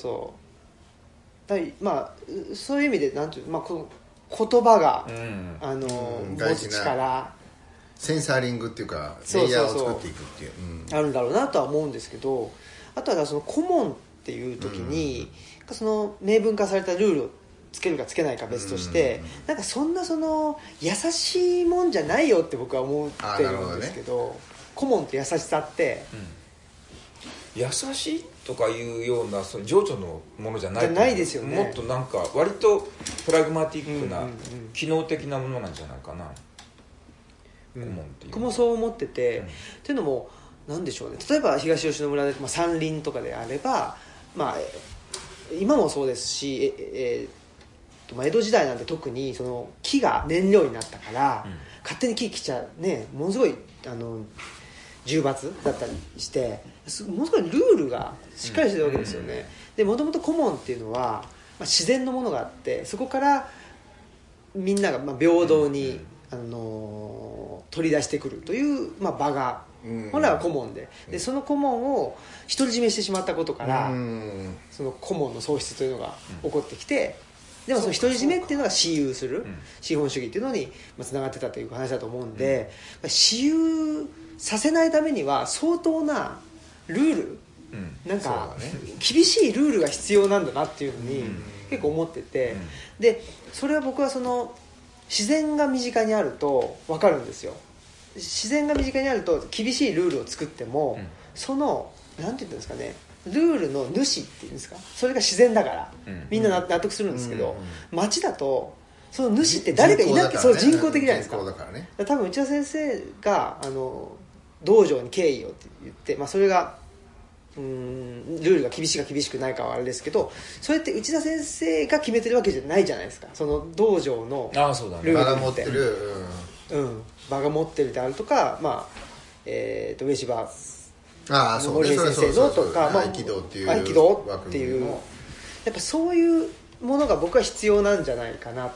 そういう意味でなんていう、この言葉が、持つ力、 センサリングっていうかレイヤーを作っていくっていう、 あるんだろうなとは思うんですけど、あとはその顧問っていう時に、その明文化されたルールをつけるかつけないか別として、なんかそんな優しいもんじゃないよって僕は思ってるんですけど、顧問って優しさって、 優しいとかいうようなその情緒のものじゃないですよね。 もっとなんか割とプラグマティックな、機能的なものなんじゃないかな、顧問っていう。 僕もそう思ってて、っていうのもなんでしょうね、例えば東吉野村で、山林とかであれば、今もそうですし、江戸時代なんて特にその木が燃料になったから、勝手に木切っちゃね、ものすごい重罰だったりして、ものすごいルールがしっかりしてるわけですよね。でもともと顧問っていうのは、自然のものがあって、そこからみんなが平等に、取り出してくるという、場が本来は顧問で、その顧問を独り占めしてしまったことから、その顧問の喪失というのが起こってきて、でもその独り占めっていうのが私有する、資本主義っていうのにつながってたという話だと思うんで、私有させないためには相当なルール、なんか厳しいルールが必要なんだなっていうのに結構思ってて、でそれは僕はその自然が身近にあると分かるんですよ。自然が身近にあると厳しいルールを作っても、そのなんて言うんですかね、ルールの主っていうんですか、それが自然だから、みんな納得するんですけど、街だとその主って誰かいなきゃ、そう人工的じゃないですか。多分内田先生が道場に敬意をって言って、それがルールが厳しいか厳しくないかはあれですけど、それって内田先生が決めてるわけじゃないじゃないですか。その道場のルール場が持ってる、 場が持ってるであるとか、上芝森江先生のとか、 合気道っていう合気道っていう、やっぱそういうものが僕は必要なんじゃないかなと。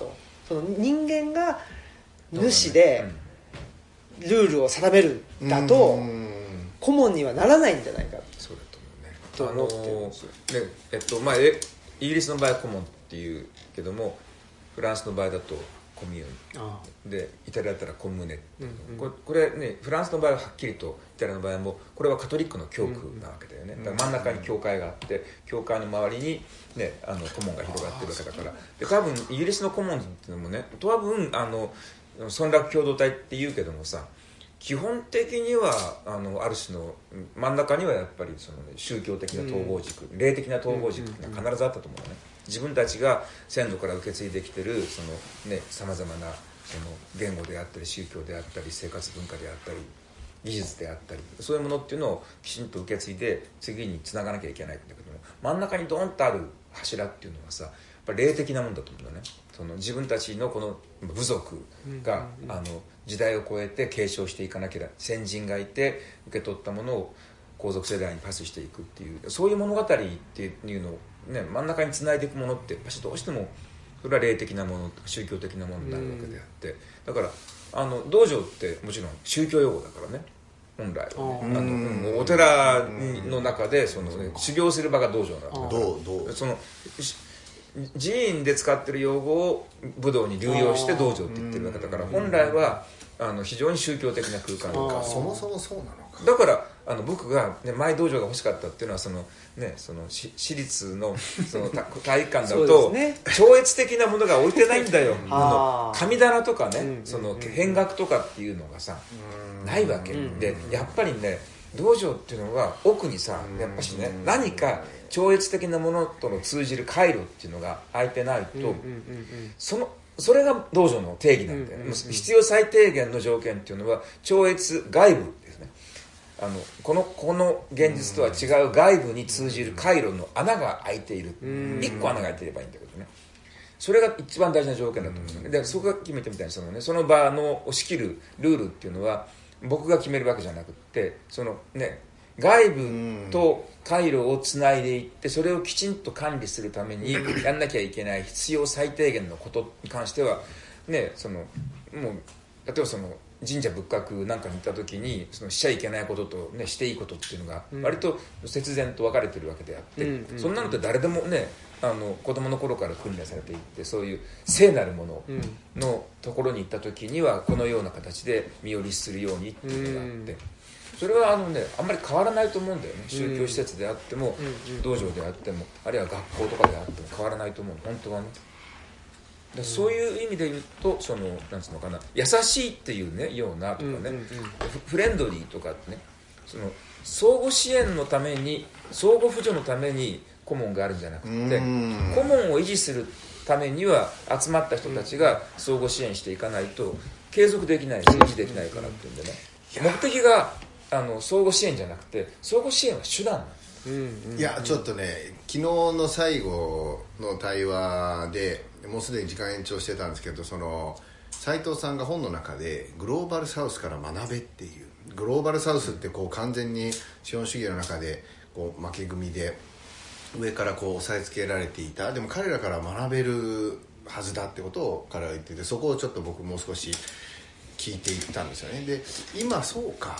その人間が主でルールを定めるんだと顧問にはならないんじゃないかと思ってるんですよ。 イギリスの場合は顧問っていうけども、フランスの場合だとコミューンで、イタリアだったらコムーネ、これね、フランスの場合ははっきりと、イタリアの場合もこれはカトリックの教区なわけだよね。だから真ん中に教会があって、教会の周りに、ね、顧問が広がってるわけだから。で多分イギリスの顧問っていうのもね、多分村落共同体っていうけどもさ、基本的にはある種の真ん中にはやっぱりその、ね、宗教的な統合軸、霊的な統合軸っていうのは必ずあったと思うのね。自分たちが先祖から受け継いできてるそのね、さまざまなその言語であったり宗教であったり生活文化であったり技術であったり、そういうものっていうのをきちんと受け継いで次につながなきゃいけないんだけども、真ん中にドーンとある柱っていうのはさ、やっぱり霊的なもんだと思うんだね。その自分たちのこの部族が、時代を超えて継承していかなきゃ、先人がいて受け取ったものを後続世代にパスしていくっていう、そういう物語っていうのを、ね、真ん中につないでいくものってやっぱりどうしてもそれは霊的なもの、宗教的なものになるわけであって、だから道場ってもちろん宗教用語だからね、本来はね、お寺の中でその、ね、修行する場が道場なんだから、その寺院で使ってる用語を武道に流用して道場って言ってるわけだから、本来は非常に宗教的な空間か、そもそもそうなのか。 だから僕が、ね、前道場が欲しかったっていうのはその、ね、その私立の、 その体育館だと、ね、超越的なものが置いてないんだよ神棚とかね、その変額とかっていうのがさ、ないわけで、やっぱりね道場っていうのは奥にさ、やっぱしね、何か超越的なものとの通じる回路っていうのが空いてないと、それが道場の定義なんだよね。必要最低限の条件っていうのは超越外部ですね。この現実とは違う外部に通じる回路の穴が開いている、1個穴が開いていればいいんだけどね、それが一番大事な条件だと思うんですよね。でそこが決めてみたいにその場のを仕切るルールっていうのは僕が決めるわけじゃなくって、そのね、外部と回路をつないでいって、それをきちんと管理するためにやんなきゃいけない必要最低限のことに関してはね、もう例えばその神社仏閣なんかに行った時にそのしちゃいけないことと、ね、していいことっていうのが割と節然と分かれてるわけであって、そんなのって誰でもね、子供の頃から訓練されていって、そういう聖なるもののところに行った時にはこのような形で身を律するようにっていうのがあって、それはあんまり変わらないと思うんだよね。宗教施設であっても、道場であっても、あるいは学校とかであっても変わらないと思う、本当はね。そういう意味で言うと、なんつうのかな、優しいっていうねようなとかね、フレンドリーとかね、相互支援のために、相互扶助のために顧問があるんじゃなくて、顧問を維持するためには集まった人たちが相互支援していかないと継続できない、維持できないからっていうんでね、目的が相互支援じゃなくて、相互支援は手段なんです。 いやちょっとね、昨日の最後の対話でもうすでに時間延長してたんですけど、斉藤さんが本の中でグローバルサウスから学べっていう、グローバルサウスってこう完全に資本主義の中でこう負け組で上からこう押さえつけられていた、でも彼らから学べるはずだってことを彼は言ってて、そこをちょっと僕もう少し聞いていったんですよね。で今そうか、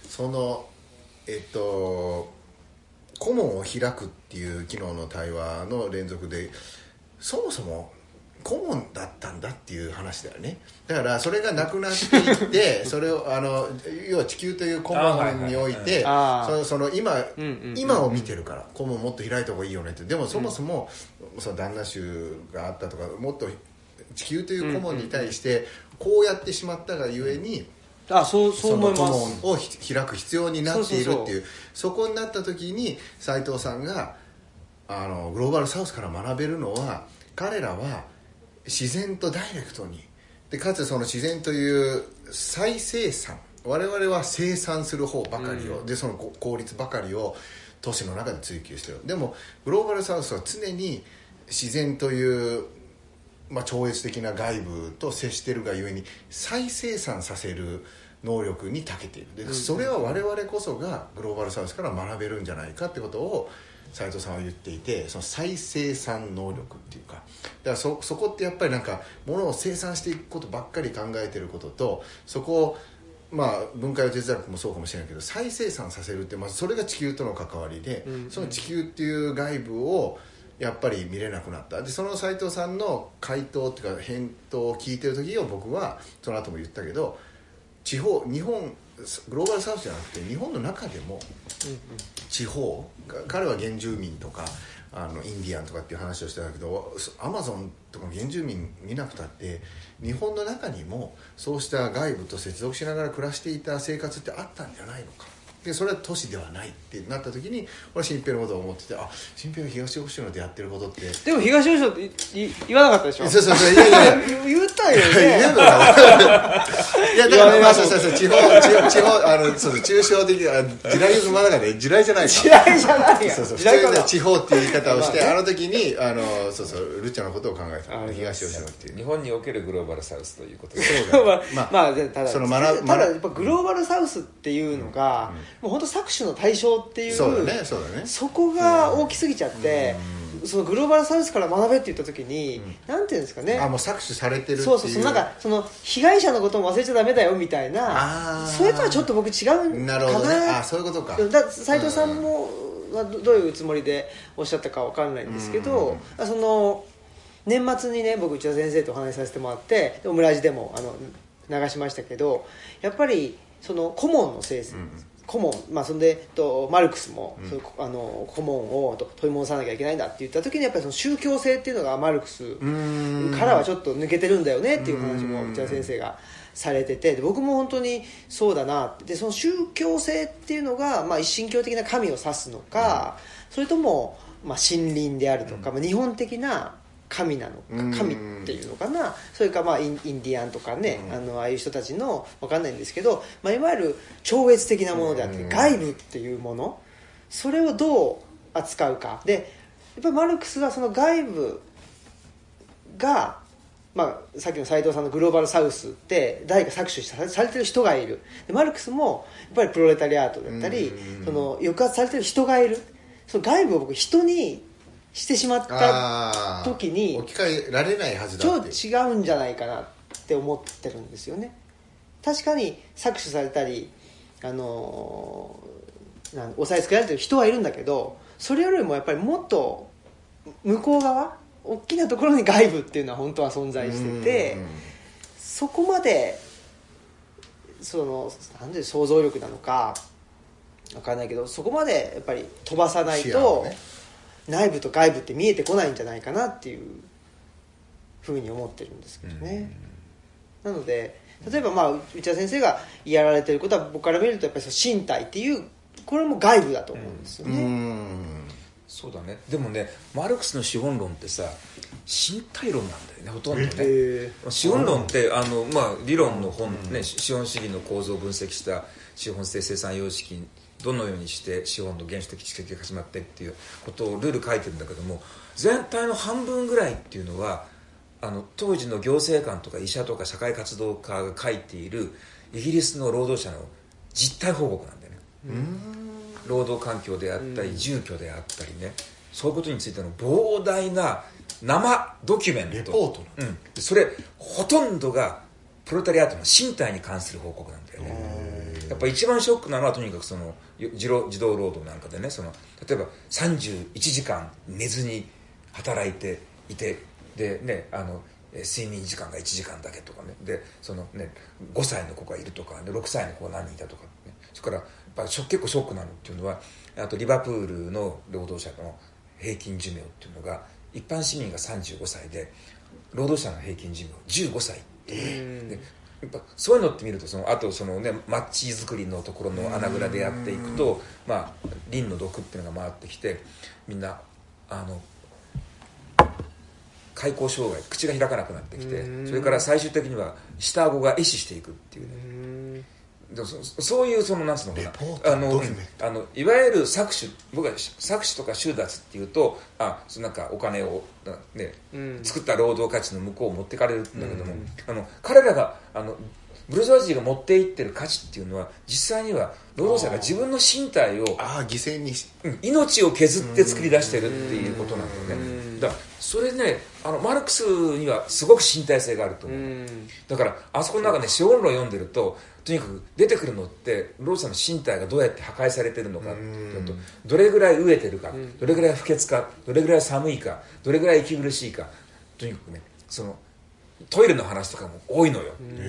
顧問を開くっていう昨日の対話の連続で、そもそも顧問だったんだっていう話だよね。だからそれがなくなっていってそれを要は地球という顧問において今を見てるから顧問もっと開いた方がいいよねって。でもそもそもその旦那衆があったとか、もっと地球という顧問に対してこうやってしまったがゆえに、 そう思います。 顧問を開く必要になっているっていう、そこになった時に斉藤さんがグローバルサウスから学べるのは、彼らは自然とダイレクトにで、かつその自然という再生産、我々は生産する方ばかりを、でその効率ばかりを都市の中で追求してる。でもグローバルサウスは常に自然という超越的な外部と接してるがゆえに再生産させる能力に長けている。でそれは我々こそがグローバルサウスから学べるんじゃないかってことを斉藤さんは言っていて、その再生産能力っていうか、だからそこってやっぱりなんか物を生産していくことばっかり考えてることと、そこをまあ分解を手伝うもそうかもしれないけど、再生産させるって、まずそれが地球との関わりで、その地球っていう外部をやっぱり見れなくなった。でその斉藤さんの回答っていうか返答を聞いてる時を僕はその後も言ったけど、日本グローバルサウスじゃなくて日本の中でも地方、彼は原住民とかインディアンとかっていう話をしてたけど、アマゾンとか原住民見なくたって日本の中にもそうした外部と接続しながら暮らしていた生活ってあったんじゃないのか。でそれは都市ではないってなった時に、俺は新平のことを思ってて、あ、新平が東吉野でやってることって、 でも東吉野って言わなかったでしょ。 そういや言ったよね。 言うのかないやだからまあそう地方そう抽象的な地雷のまだね、地雷じゃないか、 地雷じゃないや、 そう普通に地方っていう言い方をして、あの時にそうルッチャのことを考えた、東吉野っていう、 日本におけるグローバルサウスということで、 そうだ、 まあただやっぱグローバルサウスっていうのが、もう本当搾取の対象っていう、 そうだね、 そこが大きすぎちゃって、そのグローバルサウスから学べって言った時に、なんていうんですかね、 もう搾取されてるっていう、 そうなんかその被害者のことも忘れちゃダメだよみたいな、それとはちょっと僕違うんかな。 なるほどね、そういうことか。 斉藤さんもどういうつもりでおっしゃったかわかんないんですけど、その年末にね、僕内田先生とお話しさせてもらって、オムラジでも流しましたけど、やっぱりその顧問の先生、顧問、そんでマルクスも、顧問を問い戻さなきゃいけないんだって言った時に、やっぱりその宗教性っていうのがマルクスからはちょっと抜けてるんだよねっていう話も内田先生がされてて、で僕も本当にそうだなって。でその宗教性っていうのが、一神教的な神を指すのか、それとも、神靈であるとか、日本的な神なのか、神っていうのかな、それかインディアンとかね、ああいう人たちの分かんないんですけど、いわゆる超越的なものであって、外部っていうもの、それをどう扱うかで、やっぱりマルクスはその外部が、さっきの斉藤さんのグローバルサウスって誰か搾取されてる人がいる。でマルクスもやっぱりプロレタリアートだったり、その抑圧されてる人がいる。その外部を僕人にしてしまった時に置き換えられないはずだって、 ちょっと違うんじゃないかなって思ってるんですよね。確かに搾取されたり抑えつけられてる人はいるんだけど、それよりもやっぱりもっと向こう側、大きなところに外部っていうのは本当は存在してて、そこまでなんで想像力なのか分からないけど、そこまでやっぱり飛ばさないと、内部と外部って見えてこないんじゃないかなっていうふうに思ってるんですけどね。なので例えば内田先生がやられてることは、僕から見るとやっぱり身体っていう、これも外部だと思うんですよね。 そうだね。でもね、マルクスの資本論ってさ、身体論なんだよね、ほとんどね。資本論って理論の本ね、資本主義の構造を分析した資本性生産様式、どのようにして資本の原始的知識が始まってっていうことをルール書いてるんだけども、全体の半分ぐらいっていうのは当時の行政官とか医者とか社会活動家が書いているイギリスの労働者の実態報告なんだよね。労働環境であったり住居であったりね、そういうことについての膨大な生ドキュメント、 レポート、 それほとんどがプロレタリアートの身体に関する報告なんだよね。やっぱ一番ショックなのはとにかくその児童労働なんかでね、例えば31時間寝ずに働いていて、でね、睡眠時間が1時間だけとかね、で5歳の子がいるとか、6歳の子が何人いたとか、ね、それからやっぱ結構ショックなのっていうのは、あとリバプールの労働者の平均寿命っていうのが、一般市民が35歳で労働者の平均寿命15歳っていう、でやっぱそういうのって見ると、あとマッチ作りのところの穴蔵でやっていくと、リンの毒っていうのが回ってきて、みんな開口障害、口が開かなくなってきて、それから最終的には下顎が壊死していくっていうね。そういうなんつうのかな、いわゆる搾取、僕は搾取とか収奪っていうと、なんかお金を、作った労働価値の向こうを持ってかれるんだけども、彼らがブルジョワジーが持っていってる価値っていうのは実際には労働者が自分の身体を犠牲に命を削って作り出してるっていうことなんだよね。だからそれね、マルクスにはすごく身体性があると思う。だからあそこの中ね、資本論を読んでるととにかく出てくるのって労働者の身体がどうやって破壊されてるのかっていうと、どれぐらい飢えてるか、どれぐらい不潔か、どれぐらい寒いか、どれぐらい息苦しいか、とにかくね、そのトイレの話とかも多いのよ。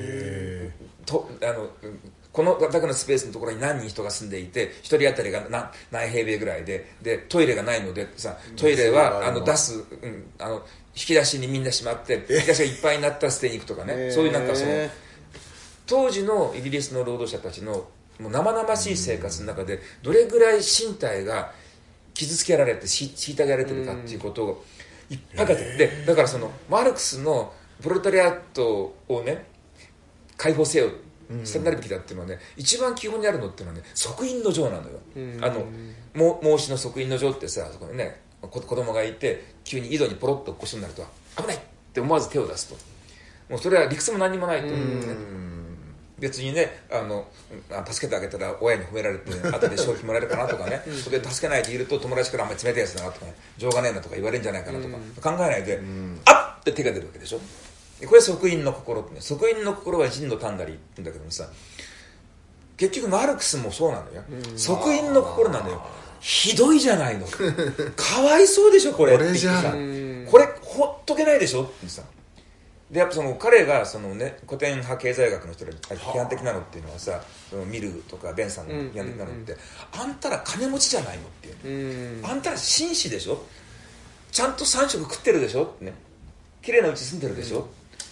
このだけのスペースのところに何人人が住んでいて、一人当たりが何平米ぐらいでトイレがないのでさ、トイレは出す、引き出しにみんなしまって引き出しがいっぱいになったら捨てに行くとかね、そういうなんかその当時のイギリスの労働者たちのもう生々しい生活の中でどれぐらい身体が傷つけられて虐げられてるかっていうことをいっぱい書いてあって、だからそのマルクスのプロレタリアットをね解放せよ、下になるべきだっていうのはね、一番基本にあるのっていうのはね、即位の情なのよ。孟子の即位の情ってさ、そこにね子供がいて急に井戸にポロッと腰になると危ないって思わず手を出すと、もうそれは理屈も何もないと、別にね助けてあげたら親に褒められて後で賞金もらえるかなとかねそれで助けないでいると友達からあんまり冷たいやつだなとかね、情がねえなとか言われるんじゃないかなとか考えないであっって手が出るわけでしょ。これ即位の心ってね、即位の心は人の単なりって言うんだけどもさ、結局マルクスもそうなのよ。即位の心なのよ。ひどいじゃないの。かわいそうでしょこれって言ってさ、これほっとけないでしょってさ。でやっぱその彼がそのね古典派経済学の人らに批判的なのっていうのはさ、そのミルとかベンさんの批判的なのって、あんたら金持ちじゃないのっていう、あんたら紳士でしょ、ちゃんと3食食ってるでしょってね、綺麗な家住んでるでしょ、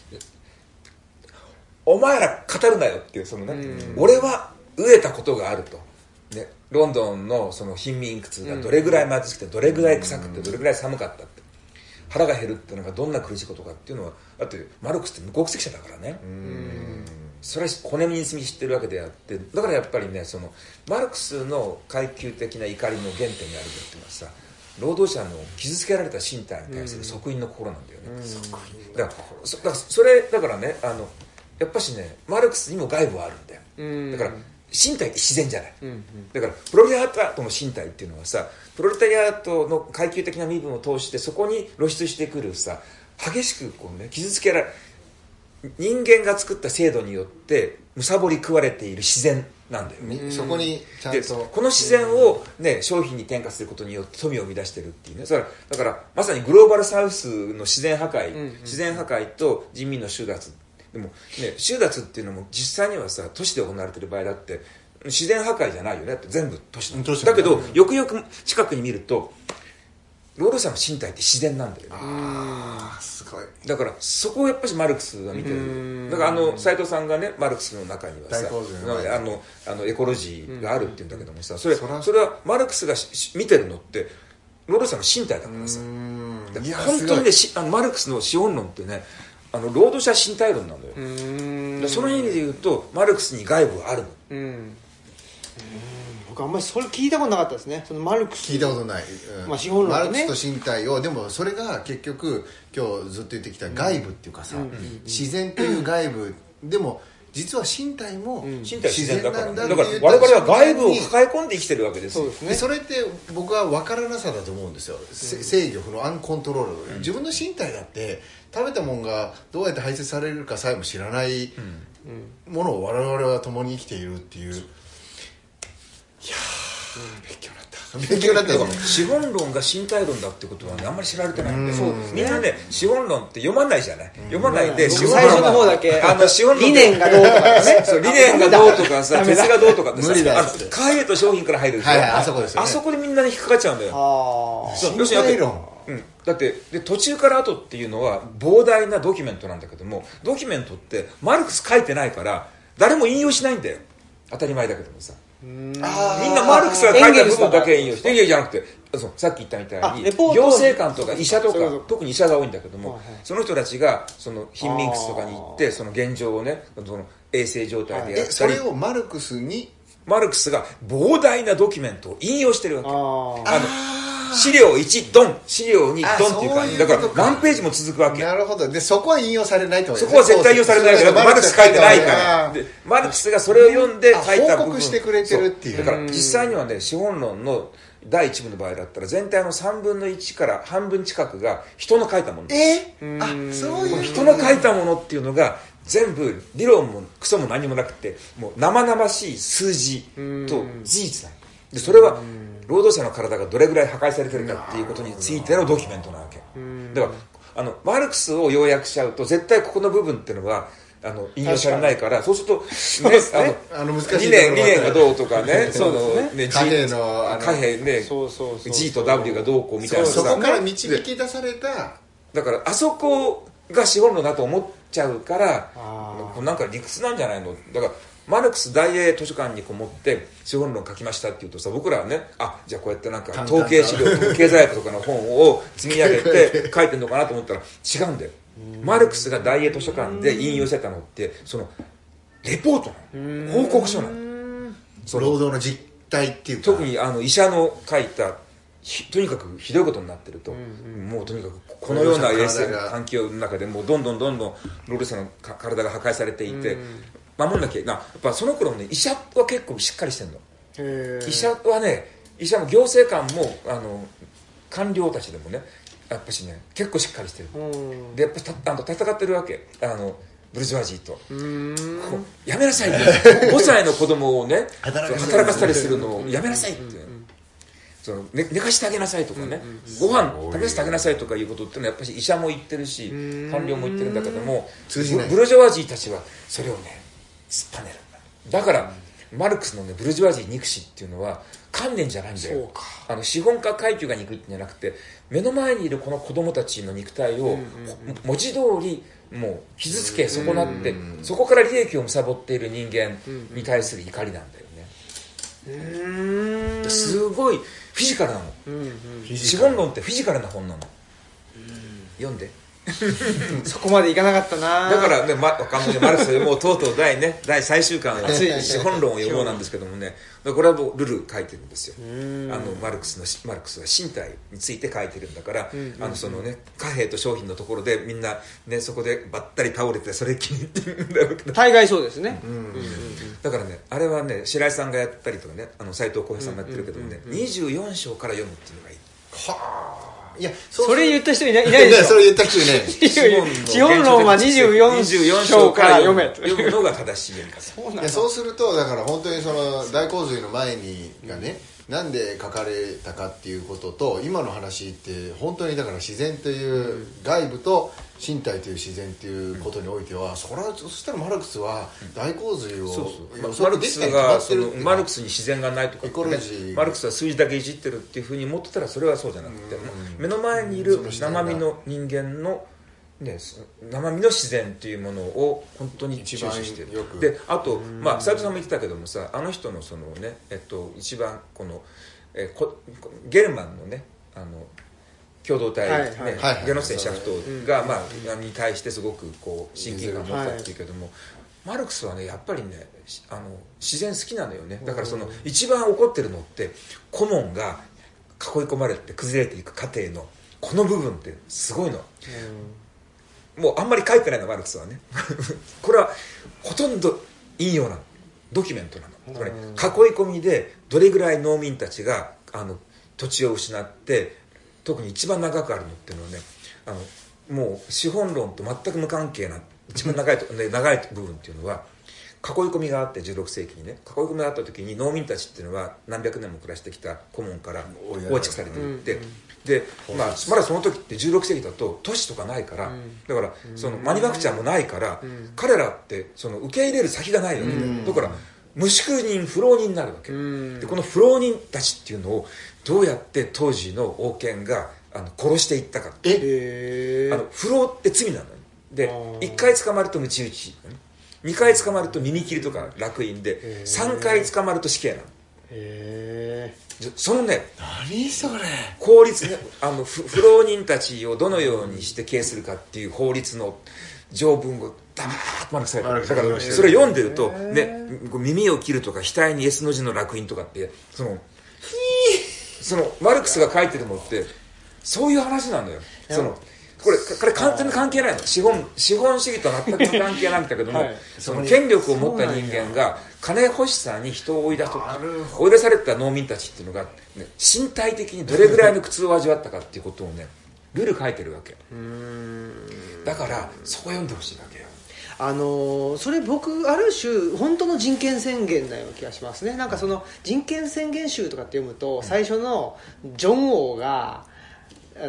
お前ら語るなよっていう、そのね、俺は飢えたことがあると、ね、ロンドンのその貧民窟がどれぐらい貧しくてどれぐらい臭くてどれぐらい寒かったって、腹が減るっていうのがどんな苦しいことかっていうのは、だってマルクスって無国籍者だからね、それは骨身に染み知ってるわけであって、だからやっぱりね、そのマルクスの階級的な怒りの原点にあるっていうのはさ、労働者の傷つけられた身体に対する即位の心なんだよね。だからそれだからね、やっぱしね、マルクスにも外部はあるんだよ。だから身体って自然じゃない、だからプロレタリアートの身体っていうのはさ、プロレタリアートの階級的な身分を通してそこに露出してくるさ、激しくこう、ね、傷つけられ、人間が作った制度によって貪り食われている自然なんだよね。 そこにちゃんとこの自然を、ね、商品に転化することによって富を生み出してるっていうね。だからまさにグローバルサウスの自然破壊、自然破壊と人民の収奪でも、ね、収奪っていうのも実際にはさ、都市で行われている場合だって自然破壊じゃないよね。だって全部都市だけど、よくよく近くに見ると労働者の身体って自然なんだよね。 すごい。 だからそこをやっぱりマルクスが見てる。だから斉藤さんがね、マルクスの中にはさ、エコロジーがあるって言うんだけどもさ、それはマルクスが見てるのって労働者の身体だからさ。本当にね、マルクスの資本論ってね、労働者身体論なんだよ。その意味で言うとマルクスに外部はあるの。 僕あんまりそれ聞いたことなかったですね。そのマルクス聞いたことない、 資本論ね、 マルクスと身体を、でもそれが結局今日ずっと言ってきた外部っていうかさ、自然という外部でも実は身体も自然なんだっていう、 だから我々は外部を抱え込んで生きてるわけですよ。 でそれって僕は分からなさだと思うんですよ、制御不能、アンコントロール、自分の身体だって食べたものがどうやって排泄されるかさえも知らないものを我々は共に生きているっていう。いや勉強になった資本論が身体論だってことはね、あんまり知られてないんで、みんなね、資本論って読まないじゃない。読まないで、 最初の方だけ資本論理念がどうとかね、 理念がどうとかさ、鉄がどうとかってさ、 無理だよ貨幣と商品から入るでしょ。 あそこですよね。 あそこでみんなに引っかかっちゃうんだよ。 身体論。 だってで途中から後っていうのは膨大なドキュメントなんだけども、ドキュメントってマルクス書いてないから誰も引用しないんだよ。当たり前だけどもさ、みんなマルクスが書いた部分だけ引用して、エンゲルじゃなくて、さっき言ったみたいに行政官とか医者とか、特に医者が多いんだけども、その人たちがその貧民窟とかに行ってその現状をね、その衛生状態でやったり、 それをマルクスが膨大なドキュメントを引用してるわけ。 資料1ドン、資料2ドンっていう感じだから何ページも続くわけ。 なるほど。でそこは引用されないってことですね。そこは絶対引用されないからマルクス書いてないからでマルクスがそれを読んで書いた部分報告してくれてるっていう。 だから実際にはね資本論の第1部の場合だったら全体の3分の1から半分近くが人の書いたもの。 そういう人の書いたものっていうのが全部理論もクソも何もなくてもう生々しい数字と事実なので、それは労働者の体がどれぐらい破壊されてるかっていうことについてのドキュメントなわけだからマルクスを要約しちゃうと絶対ここの部分っていうのは引用されないからそうすると理念がどうとかね貨幣の貨幣ね G と W がどうこうみたいなそこから導き出されただからあそこが資本論だと思っちゃうからなんか理屈なんじゃないのだからマルクス大英図書館にこもって資本論書きましたって言うとさ僕らはねじゃあこうやってなんか統計資料とか経済学とかの本を積み上げて書いてるのかなと思ったら違うんだよマルクスが大英図書館で引用してたのってそのレポートなの報告書なの労働の実態っていうか特に医者の書いたとにかくひどいことになってると、もうとにかくこのような衛生環境の中でもうどんどん労働者の体が破壊されていて守んなきゃやっぱその頃ね医者は結構しっかりしてるの医者はね医者も行政官も官僚たちでもねやっぱしね結構しっかりしてるでやっぱ戦ってるわけブルジョワジーとやめなさいって5歳の子供をね働かせたりするのをやめなさいって寝かしてあげなさいとかねご飯食べさせてあげなさいとかいうことってのはやっぱり医者も言ってるし官僚も言ってるんだけどもブルジョワジーたちはそれをね突っぱねるんだだからマルクスのねブルジョワジー憎しっていうのは観念じゃないんだよ資本家階級が憎いってんじゃなくて目の前にいるこの子供たちの肉体を文字通りもう傷つけ損なってそこから利益を貪っている人間に対する怒りなんだよねすごいフィジカルなの資本論ってフィジカルな本なの読んでそこまでいかなかったなだからね、マルクス読もうとうとう第最終巻は資本論を読もうなんですけどもねこれはもうルル書いてるんですよマルクスは身体について書いてるんだからそのね貨幣と商品のところでみんなねそこでばったり倒れてそれ気に入ってるんだろうけど大概そうですねだからねあれはね白井さんがやったりとかね斉藤浩平さんがやってるけどもね24章から読むっていうのがいいはあいやそれ言った人いないでしょそれ言った人いない資本論は24章から読め読むのが正しい読み方いやそうするとだから本当にその大洪水の前にがねなんで書かれたかっていうことと今の話って本当にだから自然という外部と身体という自然ということにおいてはそしたらマルクスは大洪水をマルクスがマルクスに自然がないとか、ね、マルクスは数字だけいじってるっていうふうに思ってたらそれはそうじゃなくて目の前にいる生身の人間のね、生身の自然というものを本当に注視しているであと斉藤さんも言ってたけどもさあの人のそのね一番このゲルマンのね共同体、ゲノステンシャフトが、に対してすごくこう親近感を持ったっていうけども、マルクスはねやっぱりね自然好きなのよねだからその一番怒ってるのってコモンが囲い込まれて崩れていく過程のこの部分ってすごいのもうあんまり書いてないのマルクスはねこれはほとんど引用なのドキュメントなのこれ囲い込みでどれぐらい農民たちが土地を失って特に一番長くあるのっていうのはねもう資本論と全く無関係な一番長い部分っていうのは囲い込みがあって16世紀にね囲い込みがあった時に農民たちっていうのは何百年も暮らしてきたコモンから放逐されていってで、まだその時って16世紀だと都市とかないから、だからそのマニファクチャーもないから、彼らってその受け入れる先がないわけで、だから無宿人不労人になるわけでこの不労人たちっていうのをどうやって当時の王権が殺していったか不労って罪なので1回捕まると鞭打ち2回捕まると耳切りとか烙印で3回捕まると死刑なのそのね何それ法律ね不労人たちをどのようにして刑するかっていう法律の条文をダーッとマルクスがだからそれを読んでると、ね、耳を切るとか額に S の字の烙印とかってそのそのマルクスが書いてるのってそういう話なんだよ。これ完全に関係ないの。資本主義と全く関係ないんだけども、はい、その権力を持った人間が金欲しさに人を追い出された農民たちっていうのが、ね、身体的にどれぐらいの苦痛を味わったかっていうことをねルール書いてるわけ。だからそう読んでほしいわけよ。 それ僕ある種本当の人権宣言なような気がしますね。なんかその人権宣言集とかって読むと、最初のジョン王がジ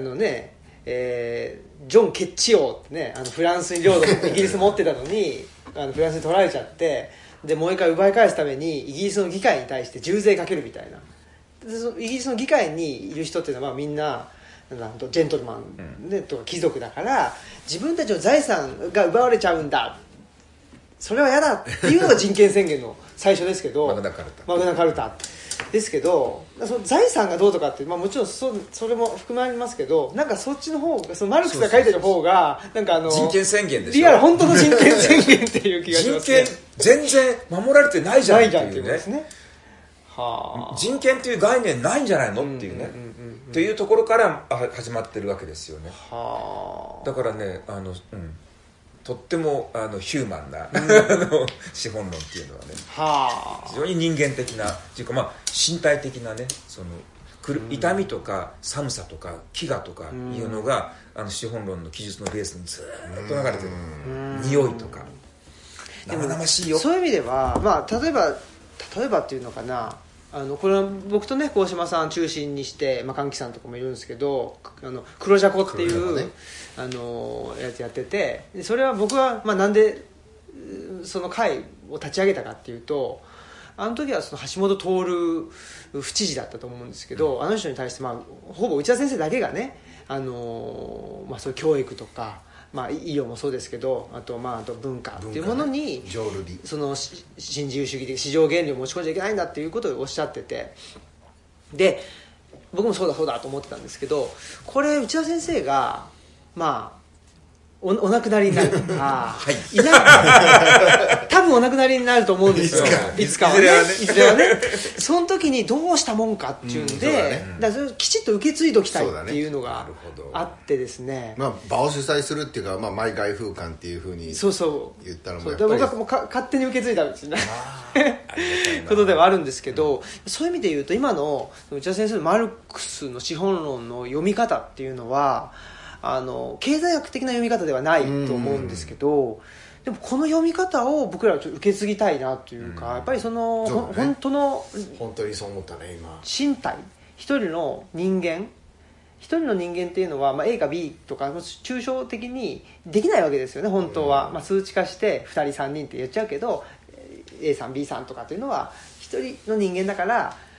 ョン・ケッチ王ってね、フランスに領土イギリス持ってたのにフランスに取られちゃって、でもう一回奪い返すためにイギリスの議会に対して重税かけるみたいな。でそのイギリスの議会にいる人っていうのはみんなジェントルマン、ね、とか貴族だから、自分たちの財産が奪われちゃうんだ、それは嫌だっていうのが人権宣言の最初ですけどマグナカルタですけど、その財産がどうとかって、もちろんそれも含まれますけど、なんかそっちの方が、そのマルクスが書いてる方がなんか人権宣言でしょ。 リアル本当の人権宣言っていう気がしますね。 人権全然守られてないじゃんっていうね。 ですね。はあ、 人権という概念ないんじゃないのっていうね、というところから始まってるわけですよね。はあ、だからねとってもヒューマンな、資本論っていうのはね、はあ、非常に人間的なっていうか、身体的なね、その痛みとか寒さとか飢餓とかいうのが資本論の記述のベースにずっと流れてる。匂いとか生々しいよ。 そういう意味では、例えばっていうのかな、これは僕とね鴻島さん中心にして、歓喜さんとかもいるんですけど、黒ジャコっていう、ね、やつやってて、それは僕は、なんでその会を立ち上げたかっていうと、あの時はその橋本徹府知事だったと思うんですけど、あの人に対して、ほぼ内田先生だけがね、そういう教育とか、医療もそうですけど、あと文化っていうものに、その新自由主義的市場原理を持ち込んじゃいけないんだっていうことをおっしゃってて、で僕もそうだと思ってたんですけど、これ内田先生がお亡くなりになるとか、はい、多分お亡くなりになると思うんですよ。いつかはね。いずれはね。その時にどうしたもんかっていうので、だからきちっと受け継いどきたいっていうのがあってですね。 場を主催するっていうか、マイ外風館っていうふうに言ったらもうやっぱり、 僕はもう勝手に受け継いだんですよね。ことではあるんですけど、そういう意味で言うと今の内田先生のマルクスの資本論の読み方っていうのは、経済学的な読み方ではないと思うんですけど、でもこの読み方を僕らはちょっと受け継ぎたいなというか、やっぱり本当にそう思ったね今。 身体、一人の人間っていうのは、A か B とか抽象的にできないわけですよね本当は。数値化して2人3人って言っちゃうけど、 A さん B さんとかっていうのは一人の人間だから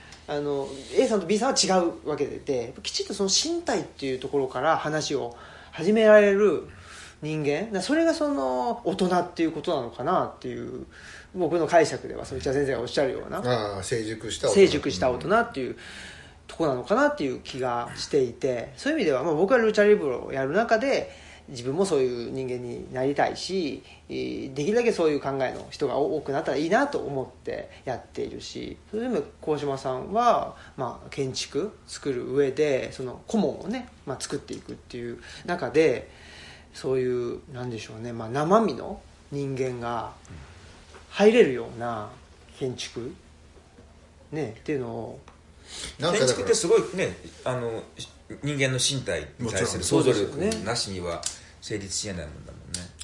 、A さんと B さんは違うわけで、きちっとその身体っていうところから話を始められる人間、それがその大人っていうことなのかなっていう僕の解釈では、その内田先生がおっしゃるような成熟した大人っていうところなのかなっていう気がしていて、そういう意味では僕はルチャリブロをやる中で自分もそういう人間になりたいし、できるだけそういう考えの人が多くなったらいいなと思ってやっているし、それでも鴻島さんは、建築作る上でその顧問をね、作っていくっていう中で、そういうなんでしょうね、生身の人間が入れるような建築ねっていうのを、 建築ってすごいね、人間の身体に対する想像力なしには成立しえないもんだもんね。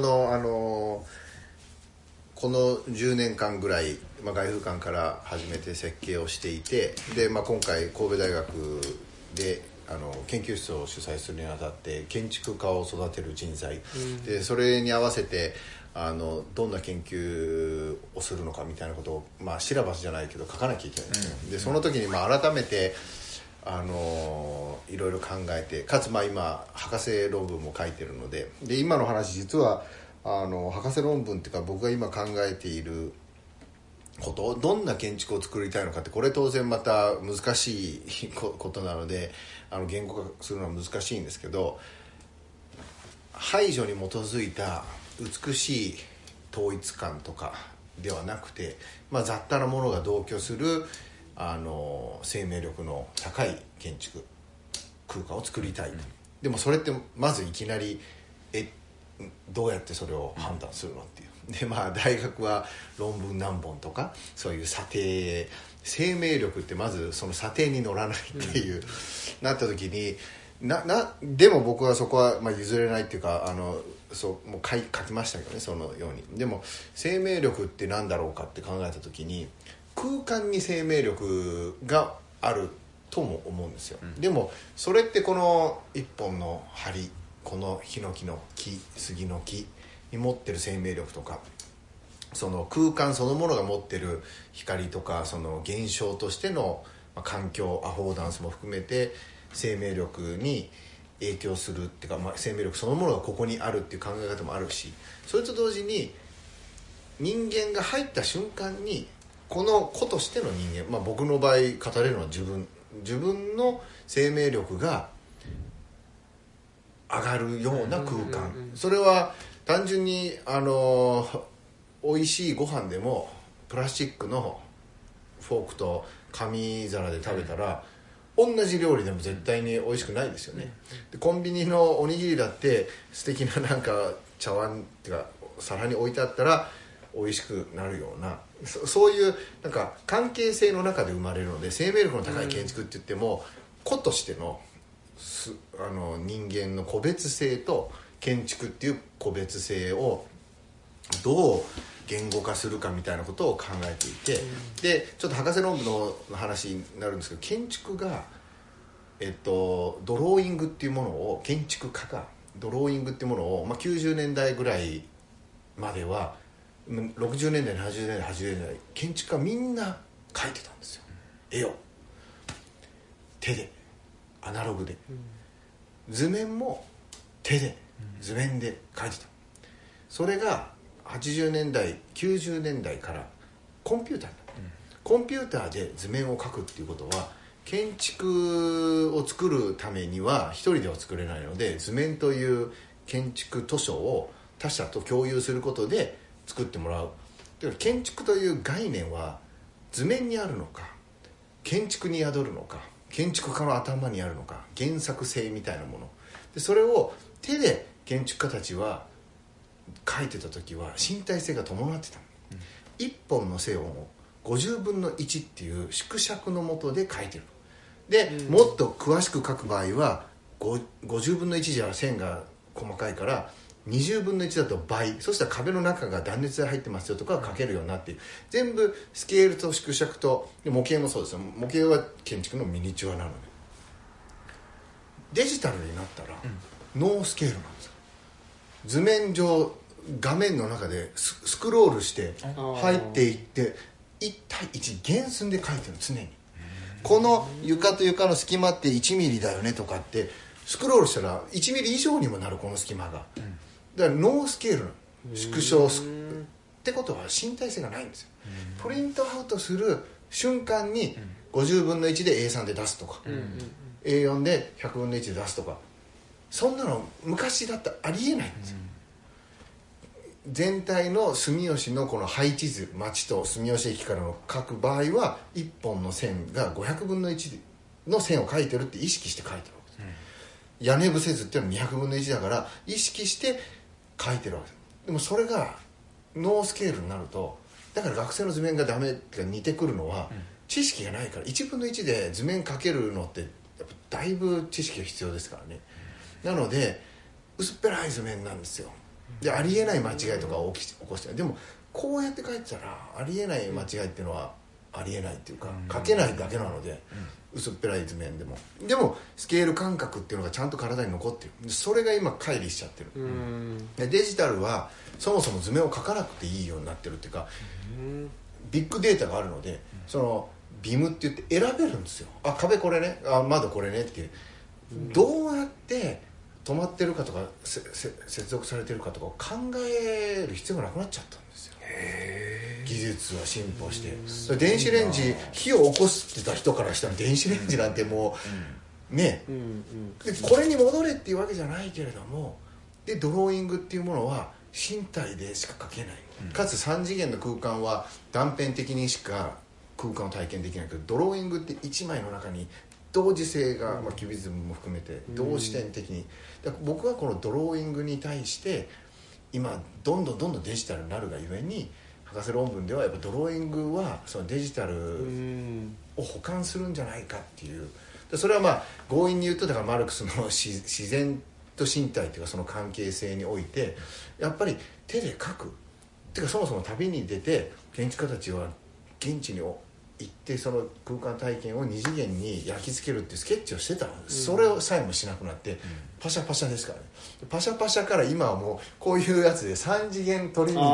この10年間ぐらい、外風館から始めて設計をしていて、で、今回神戸大学で研究室を主催するにあたって建築家を育てる人材、でそれに合わせてどんな研究をするのかみたいなことを、シラバスじゃないけど書かなきゃいけないんですよ。でその時に改めていろいろ考えて、かつ今博士論文も書いてるので、今の話実は博士論文っていうか、僕が今考えていること、どんな建築を作りたいのかって、これ当然また難しいことなので言語化するのは難しいんですけど、排除に基づいた美しい統一感とかではなくて、雑多なものが同居する生命力の高い建築空間を作りたい、でもそれってまずいきなりどうやってそれを判断するのっていうで、大学は論文何本とかそういう査定、生命力ってまずその査定に乗らないっていう、なった時にでも僕はそこは譲れないっていうかそうもう書きましたけどね、そのように。でも生命力って何だろうかって考えた時に空間に生命力があるとも思うんですよ、でもそれってこの一本の梁、このヒノキの木、杉の木に持ってる生命力とか、その空間そのものが持ってる光とか、その現象としての環境、アフォーダンスも含めて生命力に影響するっていうか、生命力そのものがここにあるっていう考え方もあるし、それと同時に人間が入った瞬間にこの個としての人間、僕の場合語れるのは自分の生命力が上がるような空間、それは単純に美味しいご飯でもプラスチックのフォークと紙皿で食べたら、同じ料理でも絶対に美味しくないですよね。でコンビニのおにぎりだって素敵な茶碗っていうか皿に置いてあったら美味しくなるような、そういう関係性の中で生まれるので、生命力の高い建築って言っても、個としての人間の個別性と建築っていう個別性をどう言語化するかみたいなことを考えていて、でちょっと博士論文の話になるんですけど、建築が、ドローイングっていうものを、建築家がドローイングっていうものを、90年代ぐらいまでは60年代70年代80年代建築家みんな描いてたんですよ、絵を手でアナログで、図面も手で図面で描いてた。それが80年代90年代からコンピューター、コンピューターで図面を描くっていうことは、建築を作るためには一人では作れないので、図面という建築図書を他者と共有することで作ってもらう。だから建築という概念は図面にあるのか、建築に宿るのか、建築家の頭にあるのか、原作性みたいなもので、それを手で建築家たちは描いてた時は身体性が伴ってた、一本の線を50分の1っていう縮尺のもとで描いてる。で、もっと詳しく描く場合は50分の1じゃ線が細かいから20分の1だと倍、そしたら壁の中が断熱材入ってますよとか書けるようになっている。全部スケールと縮尺と、模型もそうですよ。模型は建築のミニチュアなので、デジタルになったらノースケールなんですよ。図面上画面の中でスクロールして入っていって、1対1原寸で描いてる。常にこの床と床の隙間って1ミリだよねとかってスクロールしたら1ミリ以上にもなる、この隙間が。だからノースケールの縮小ってことは身体性がないんですよ。プリントアウトする瞬間に50分の1で A3 で出すとか、A4 で100分の1で出すとか、そんなの昔だったらありえないんですよ。全体の住吉のこの配置図、町と住吉駅からの書く場合は1本の線が500分の1の線を書いてるって意識して書いてるわけです、屋根伏せ図っていうのは200分の1だから意識して書いてるわけです。でもそれがノースケールになると、だから学生の図面がダメが似てくるのは、知識がないから。1分の1で図面書けるのってやっぱだいぶ知識が必要ですからね。なので薄っぺらい図面なんですよ。でありえない間違いとかを起こして、でもこうやって書いてたらありえない間違いっていうのはありえないっていうか、書けないだけなので、薄っぺらい図面でもスケール感覚っていうのがちゃんと体に残ってる。それが今乖離しちゃってる。でデジタルはそもそも図面を書かなくていいようになってるっていうか、ビッグデータがあるので、そのビムって言って選べるんですよ。あ、壁これね、あ、窓これねっていう、どうやって止まってるかとか接続されてるかとかを考える必要がなくなっちゃったんですよ。技術は進歩して、電子レンジ、火を起こしてた人からしたら電子レンジなんてもうね、でこれに戻れっていうわけじゃないけれども、でドローイングっていうものは身体でしか描けない、かつ3次元の空間は断片的にしか空間を体験できないけど、ドローイングって1枚の中に同時性が、キュビズムも含めて同視点的に、僕はこのドローイングに対して今どんどんデジタルになるがゆえに、博士論文ではやっぱドローイングはそのデジタルを補完するんじゃないかっていう。それは強引に言うと、だからマルクスの自然と身体というかその関係性において、やっぱり手で描くっていうか、そもそも旅に出て建築家たちは現地に行ってその空間体験を二次元に焼き付けるっていうスケッチをしてたのです、それをさえもしなくなってパシャパシャですからね。パシャパシャから今はもうこういうやつで3次元トリミングって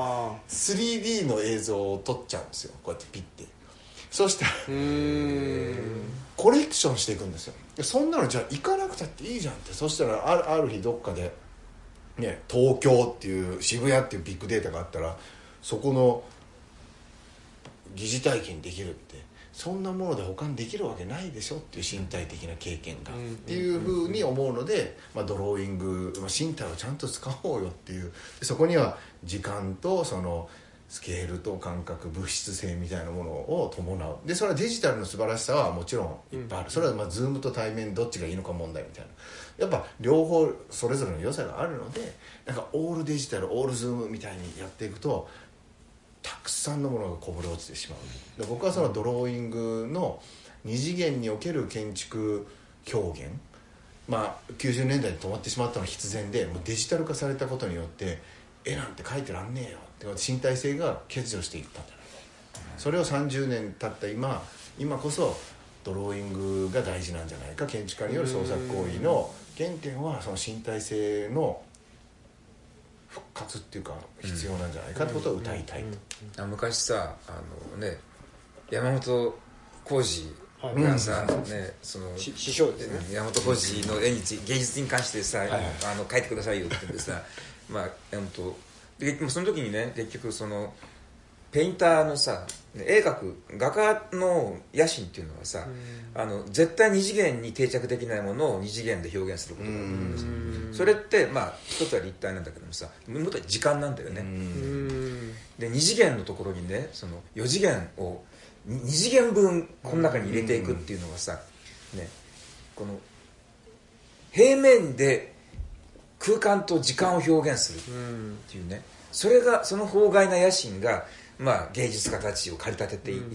3D の映像を撮っちゃうんですよ、こうやってピッて。そしたらコレクションしていくんですよ。そんなのじゃあ行かなくたっていいじゃんって。そしたらある日どっかで、ね、東京っていう渋谷っていうビッグデータがあったら、そこの疑似体験できるって、そんなもので保管できるわけないでしょっていう身体的な経験が、っていうふうに思うので、ドローイング、身体をちゃんと使おうよっていう。そこには時間とそのスケールと感覚、物質性みたいなものを伴う。でそれはデジタルの素晴らしさはもちろんいっぱいある。それはズームと対面どっちがいいのか問題みたいな、やっぱ両方それぞれの良さがあるので、なんかオールデジタルオールズームみたいにやっていくとたくさんのものがこぼれ落ちてしまう。で僕はそのドローイングの二次元における建築表現、90年代に止まってしまったのは必然で、もうデジタル化されたことによって絵なんて描いてらんねえよって身体性が欠如していったんじゃないか。それを30年経った今こそドローイングが大事なんじゃないか。建築家による創作行為の原点はその身体性の復活っていうか必要なんじゃないかってことを歌いたいと。 昔さ山本浩二がさ、その師匠ですね。 山本浩二の芸術に関してさ、書いてくださいよって言ってさでその時にね、結局そのペインターのさ、絵描く画家の野心っていうのはさ、絶対二次元に定着できないものを二次元で表現することがあるんですよ。それって一つは立体なんだけどもさ、もとは時間なんだよね。で二次元のところにね、その4次元を2次元分この中に入れていくっていうのがさ、この平面で空間と時間を表現するっていうね、その法外な野心が芸術家たちを駆り立てていって、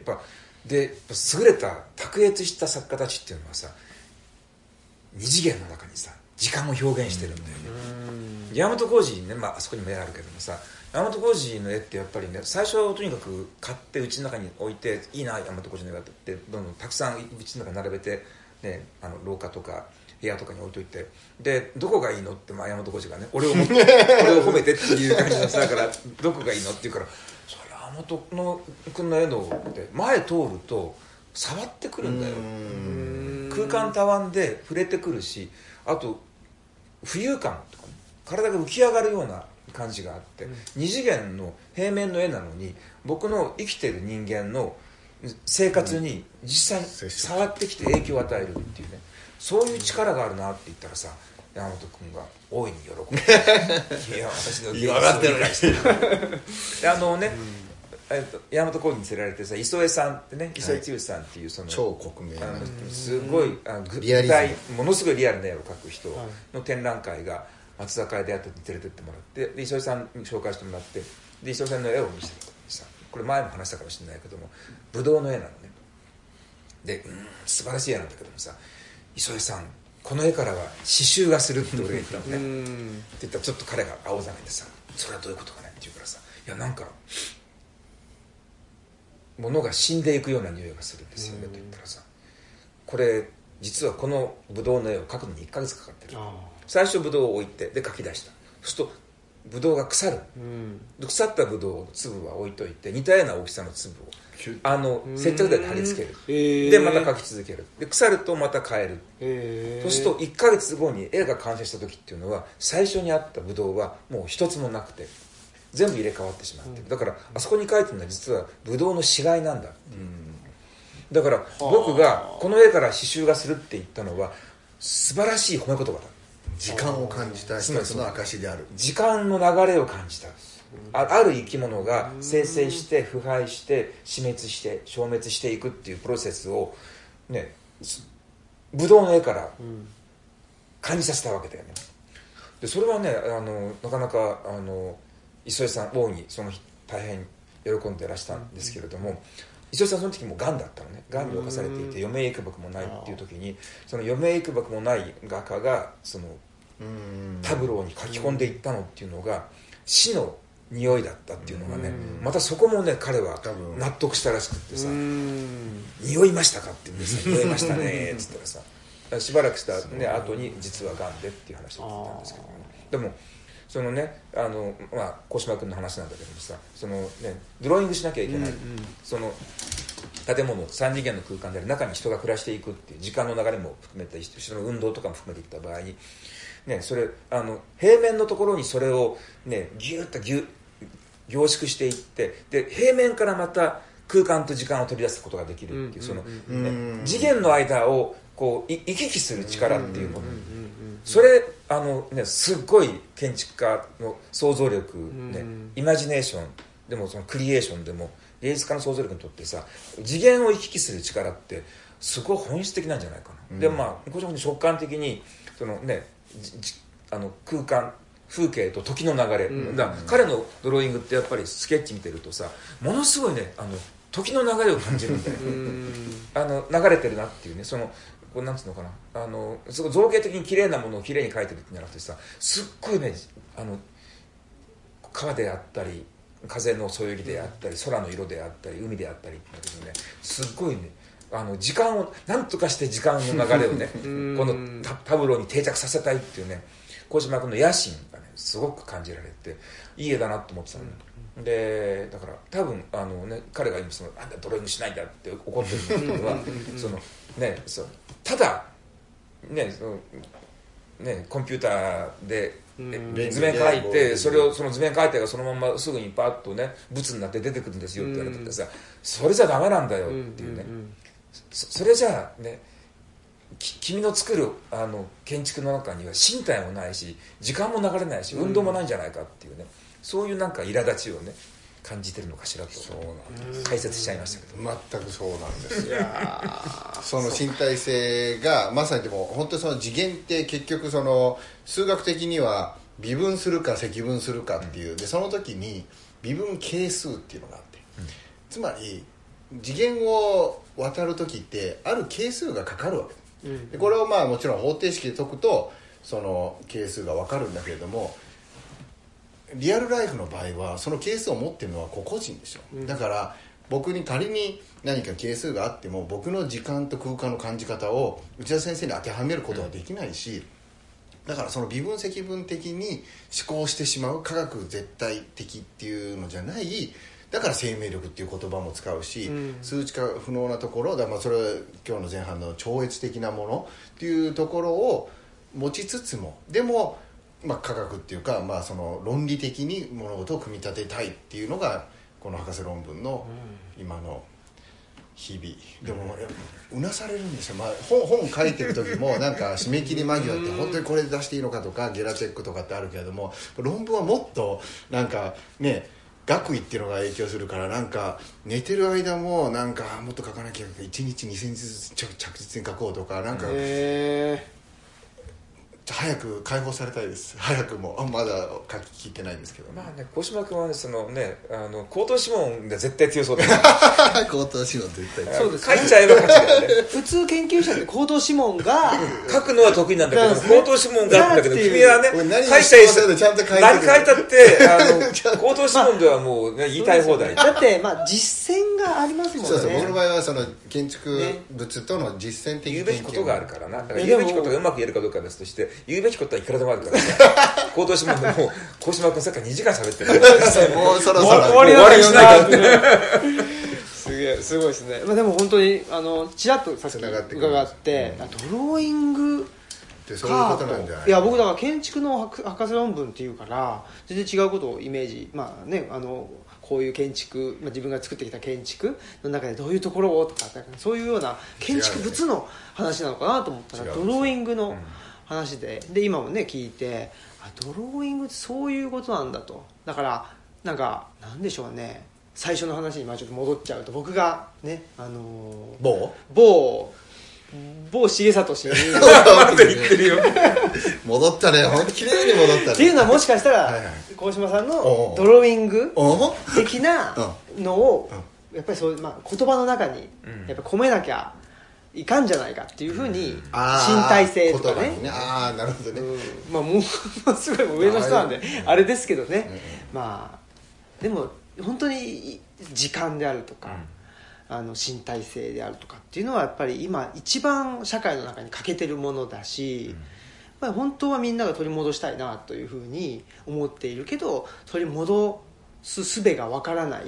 で優れた卓越した作家たちっていうのはさ、二次元の中にさ時間を表現してるんだよね。山本浩二ね、あそこにも絵あるけどもさ、山本浩二の絵ってやっぱりね、最初はとにかく買ってうちの中に置いて、いいな山本浩二の絵って言ってどんどんたくさんうちの中に並べて、廊下とか部屋とかに置いといて、でどこがいいのって山本浩二がね、俺を褒めてっていう感じのさ、だからどこがいいのって言うから、それ山本君の絵のって前通ると触ってくるんだよ。空間多腕で触れてくるし、あと浮遊感とか、ね、体が浮き上がるような感じがあって、二次元の平面の絵なのに僕の生きてる人間の生活に実際に触ってきて影響を与えるっていうね、そういう力があるなって言ったらさ、山本君が大いに喜んでいや私の芸術を理解してる山本浩二に連れられてさ、磯江さんってね、磯江剛さんっていうその超国名すごいものすごいリアルな絵を描く人の展覧会が松坂屋でやって連れてってもらって、で磯江さんに紹介してもらって、で磯江さんの絵を見せてもらってさ、これ前も話したかもしれないけども、ブドウの絵なのね。で素晴らしい絵なんだけどもさ、磯江さんこの絵からは刺繍がするって俺が言ったのねって言ったら、ちょっと彼が青ざめてさ、それはどういうことかねって言うからさ、いやなんか物が死んでいくような匂いがするんですよねと言ったらさ、これ実はこのブドウの絵を描くのに1ヶ月かかってる。最初ブドウを置いて、で描き出した。そうするとブドウが腐る、腐ったブドウの粒は置いといて、似たような大きさの粒を接着剤で貼り付ける、でまた描き続ける、で腐るとまた変える、そうすると1ヶ月後に絵が完成した時っていうのは、最初にあったブドウはもう一つもなくて全部入れ替わってしまってる。だからあそこに書いてるのは実はブドウの死骸なんだ。だから僕がこの絵から刺繍がするって言ったのは素晴らしい褒め言葉だ。 時間を感じた一つの証である。 時間の流れを感じた。 ある生き物が生成して腐敗して死滅して消滅していくっていうプロセスをねブドウの絵から感じさせたわけだよね。でそれはねなかなか磯江さん王にその日大変喜んでらしたんですけれども、磯江さんその時もうがんだったのね。がんに侵されていて余命いくばくもないっていう時に、その余命いくばくもない画家がそのタブローに書き込んでいったのっていうのが死の匂いだったっていうのがね、またそこもね彼は納得したらしくってさ、匂いましたかって言うんですよ。匂いましたねっつったらさ、しばらくした、ね、後に実はがんでっていう話を聞いたんですけどね。でもそのね小島君の話なんだけどもさ、そのねドローイングしなきゃいけない、その建物3次元の空間である中に人が暮らしていくっていう時間の流れも含めて人の運動とかも含めていった場合にね、それ平面のところにそれをねギュッと凝縮していって、で平面からまた空間と時間を取り出すことができるっていう、その、ね、次元の間をこう行き来する力っていうの、それね、すっごい建築家の想像力、ね、イマジネーションでもそのクリエーションでも芸術家の想像力にとってさ、次元を行き来する力ってすごい本質的なんじゃないかな。でまあ直感的にそのね空間風景と時の流れ、だから彼のドローイングってやっぱりスケッチ見てるとさ、ものすごいね時の流れを感じるんだよ流れてるなっていうね、そのこうなんつうのかな、すごい造形的に綺麗なものを綺麗に描いてるってんじゃなくてさ、すっごいね川であったり風のそよぎであったり空の色であったり海であったりっていうのね、すっごいね時間を何とかして時間の流れをねこのタブローに定着させたいっていうね小島君の野心がねすごく感じられていい絵だなと思ってたの、でだから多分彼が今そのあんたドローイングしないんだって怒ってるのはそのねただねコンピューターで図面描いてその図面描いた絵がそのまますぐにパッとね物になって出てくるんですよって言われててさ、それじゃダメなんだよっていうね、それじゃあね君の作る建築の中には身体もないし時間も流れないし運動もないんじゃないかっていうね、そういうなんか苛立ちをね感じてるのかしらと解説しちゃいましたけど、 全くそうなんですよその身体性がまさにでも本当にその次元って結局その数学的には微分するか積分するかっていうで、その時に微分係数っていうのがあって、つまり次元を渡る時ってある係数がかかるわけで、これをまあもちろん方程式で解くとその係数が分かるんだけれども、リアルライフの場合はその係数を持ってるのは個々人でしょ、だから僕に仮に何か係数があっても僕の時間と空間の感じ方を内田先生に当てはめることはできないし、だからその微分積分的に思考してしまう科学絶対的っていうのじゃない、だから生命力っていう言葉も使うし、数値化不能なところだ、まあそれは今日の前半の超越的なものっていうところを持ちつつも、でもまあ、科学っていうか、まあ、その論理的に物事を組み立てたいっていうのがこの博士論文の今の日々でもうなされるんですよ、まあ、本書いてる時もなんか締め切り間際って本当にこれで出していいのかとかゲラチェックとかってあるけれども、論文はもっとなんかね学位っていうのが影響するから、なんか寝てる間もなんかもっと書かなきゃ1日2センチずつ着実に書こうとか、なんか早く解放されたいです。早くもまだ書き聞いてないんですけど、 まあね、小島君はねそのね口頭諮問が絶対強そうだよ口頭諮問絶対強そうですね、 書いちゃえば勝ちだよね普通研究者って口頭諮問が書くのは得意なんだけど、口頭諮問があるんだけど君はね書いちゃいそうでちゃんと書いてる、 何書いたって口頭諮問ではもう、ね、言いたい放題だって、まあ、実践がありますもんね。 そう僕の場合はその建築物との実践的言うべきことがあるからな、だから言うべきことがうまく言えるかどうかは別として言うべきことはいくらでもあるからね口頭諮問でもう小島君さっきから2時間喋ってるもうそろそろ終わりしないからすごいですね、まあ、でも本当にちらっとさっき伺って、ドローイングってそういうことなんじゃない。 いや僕だから建築の博士論文っていうから全然違うことをイメージ、まあねこういう建築、まあ、自分が作ってきた建築の中でどういうところをとかそういうような建築物の話なのかなと思ったら、ドローイングの話で今もね聞いて、ドローイングってそういうことなんだと。だからなんかなんでしょうね、最初の話にちょっと戻っちゃうと、僕がね某重里氏に言ってるよ戻ったね、本当綺麗に戻ったねっていうのはもしかしたら鴻島さんのドローイング的なのをやっぱりそういう、言葉の中にやっぱ込めなきゃいかんじゃないかっていうふうに、身体性とかね、 ああなるほどね、 もうすごい上の人なんであれですけどね、でも本当に時間であるとか、身体性であるとかっていうのはやっぱり今一番社会の中に欠けてるものだし、やっぱり本当はみんなが取り戻したいなというふうに思っているけど、取り戻す術がわからない、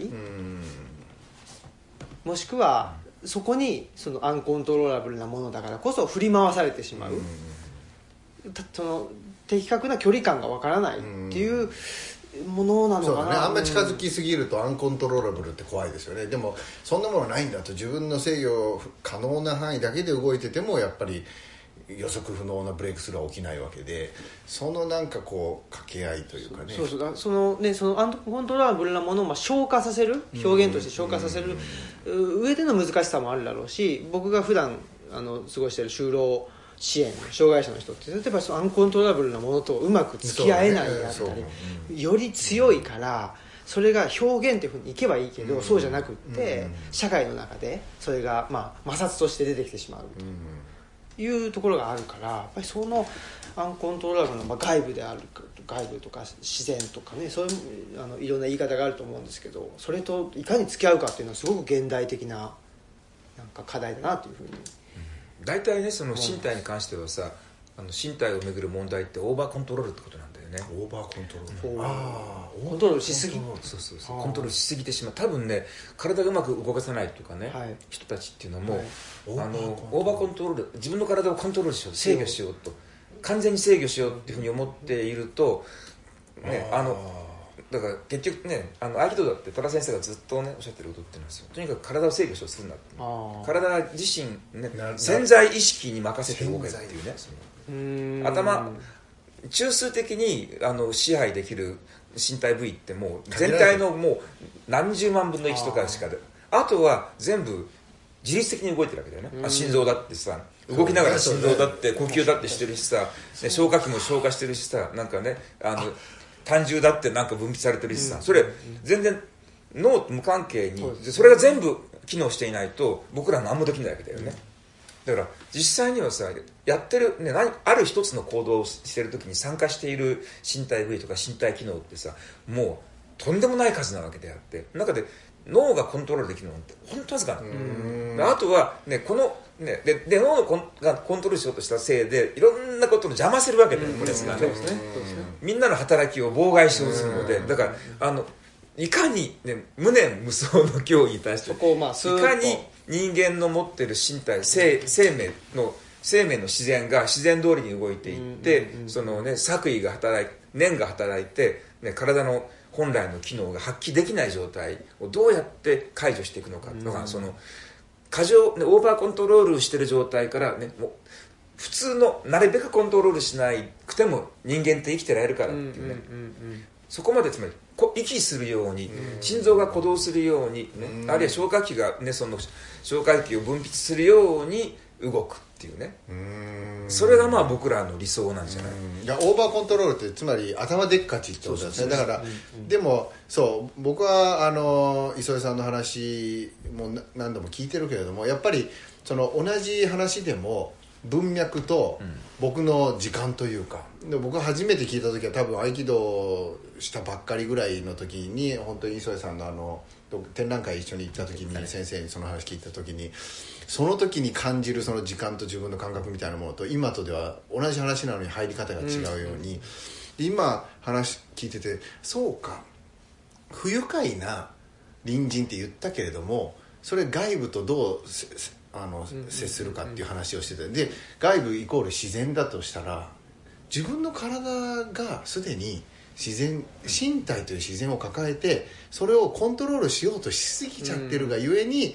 もしくはそこにそのアンコントローラブルなものだからこそ振り回されてしまう、その的確な距離感がわからないっていうものなのかな。 そうだね、あんまり近づきすぎるとアンコントローラブルって怖いですよね。でもそんなものないんだと、自分の制御可能な範囲だけで動いててもやっぱり予測不能なブレイクスルーは起きないわけで、そのなんかこう掛け合いというかね、 そのアンコントローラブルなものを消化させる、表現として消化させる上での難しさもあるだろうし、僕が普段過ごしている就労支援障害者の人って例えばそのアンコントローラブルなものとうまく付き合えないであったり、より強いからそれが表現というふうにいけばいいけど、そうじゃなくって社会の中でそれが摩擦として出てきてしまうというところがあるから、やっぱりそのアンコントローラブルの外部である、外部とか自然とかね、そういういろんな言い方があると思うんですけど、それといかに付き合うかっていうのはすごく現代的ななんか課題だなというふうに。 大体ね、その身体に関してはさ、身体をめぐる問題ってオーバーコントロールってことなんだよね。 オーバーコントロール、 コントロールしすぎ、 そうコントロールしすぎてしまう。多分ね、体がうまく動かさないとかね、人たちっていうのも、オーバーコントロール、自分の体をコントロールしよう、制御しようと、完全に制御しようっていうふうに思っていると、ね、だから結局ね、合気道だって多田先生がずっとねおっしゃってることって言うんですよ。とにかく体を制御しようとするんだって、体自身、ね、潜在意識に任せて動けっていうね、頭中枢的に支配できる身体部位ってもう全体のもう何十万分の1とかしかで、あとは全部自律的に動いてるわけだよね。心臓だってさ、動きながら心臓だって呼吸だってしてるしさ、消化器も消化してるしさ、なんかね胆汁だってなんか分泌されてるしさ、それ全然脳と無関係に、それが全部機能していないと僕ら何もできないわけだよね。だから実際にはさ、やってる、ね、ある一つの行動をしてる時に参加している身体部位とか身体機能ってさ、もうとんでもない数なわけであって、中で脳がコントロールできるのって本当わずかな。あとは、ね、このね、で脳がコントロールしようとしたせいでいろんなことの邪魔するわけだよ、これがね。みんなの働きを妨害しようとするので、だからいかに、ね、無念無想の行為に対していかに人間の持っている身体生命の自然が自然通りに動いていって、そのね、作為が働いて念が働いて、ね、体の本来の機能が発揮できない状態をどうやって解除していくのかとか、その過剰、ね、オーバーコントロールしている状態から、ね、もう普通のなるべくコントロールしなくても人間って生きてられるからっていうね、そこまでつまり息するように、心臓が鼓動するように、ね、あるいは消化器が、ね、その消化液を分泌するように動くっていうね、それがまあ僕らの理想なんじゃない。 いやオーバーコントロールってつまり頭でっかちってことですね。だから、でもそう僕は磯江さんの話も何度も聞いてるけれども、やっぱりその同じ話でも文脈と僕の時間というか、で僕が初めて聞いた時は多分合気道したばっかりぐらいの時に、本当に磯江さんの展覧会一緒に行った時に先生にその話聞いた時に、その時に感じるその時間と自分の感覚みたいなものと今とでは同じ話なのに入り方が違うように、今話聞いてて、そうか不愉快な隣人って言ったけれども、それ外部とどう接するかっていう話をしてて、で外部イコール自然だとしたら、自分の体がすでに自然身体という自然を抱えて、それをコントロールしようとしすぎちゃってるがゆえに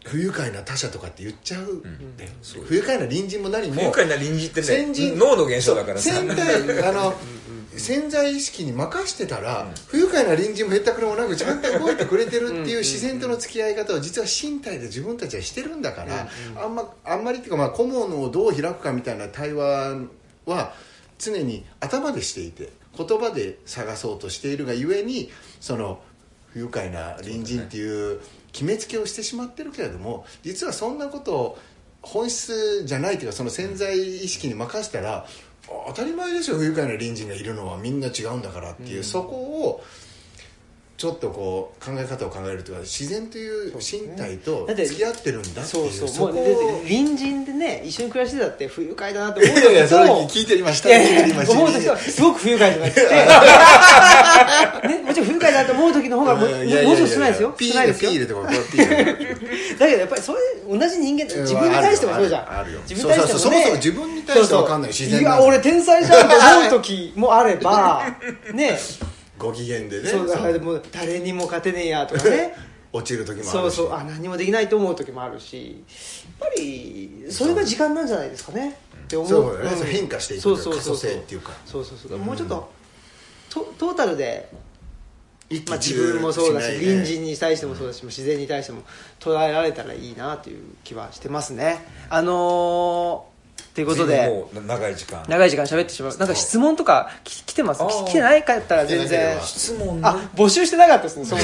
不愉快な他者とかって言っちゃう、不愉快な隣人も何も不愉快な隣人ってね脳の現象だからさ潜在意識に任してたら、不愉快な隣人もへったくれもなくちゃんと動いてくれてるっていう自然との付き合い方を実は身体で自分たちはしてるんだから、あんまりっていうか、顧問をどう開くかみたいな対話は常に頭でしていて言葉で探そうとしているがゆえに、その不愉快な隣人っていう決めつけをしてしまってるけれども、実はそんなことを本質じゃないというか、その潜在意識に任せたら当たり前でしょ、不愉快な隣人がいるのはみんな違うんだからっていう、そこをちょっとこう考え方を考えるというか、自然という身体と付き合ってるんだっていう、 そうそこを隣人でね一緒に暮らしてたって不愉快だなと思ういやそれ聞いてました思う時はすごく不愉快じゃなくてね、もちろん不愉快だと思う時の方がもうちょっと少ないですよ。 ピー入れてこれピー入れてだけどやっぱりそれ同じ人間自分に対してもそうじゃん。 あるよ。 自分に対してもね、 そもそも自分に対して分かんない自然なんいや俺天才じゃんと思う時もあればね、 ご機嫌でね、 そうだからもう誰にも勝てねえやとかね落ちる時もあるし、 そう何もできないと思う時もあるし、やっぱりそれが時間なんじゃないですかねって思う。 そうだね、変化していく可塑性っていうか、 そうもうちょっとトータルで、自分もそそうだし隣人に対してもそうだし、自然に対しても捉えられたらいいなという気はしてますね。ということでもう長い時間喋ってしまう。なんか質問とか来てます？来てないかったら全然質問、ね、 募集してなかったですね。そう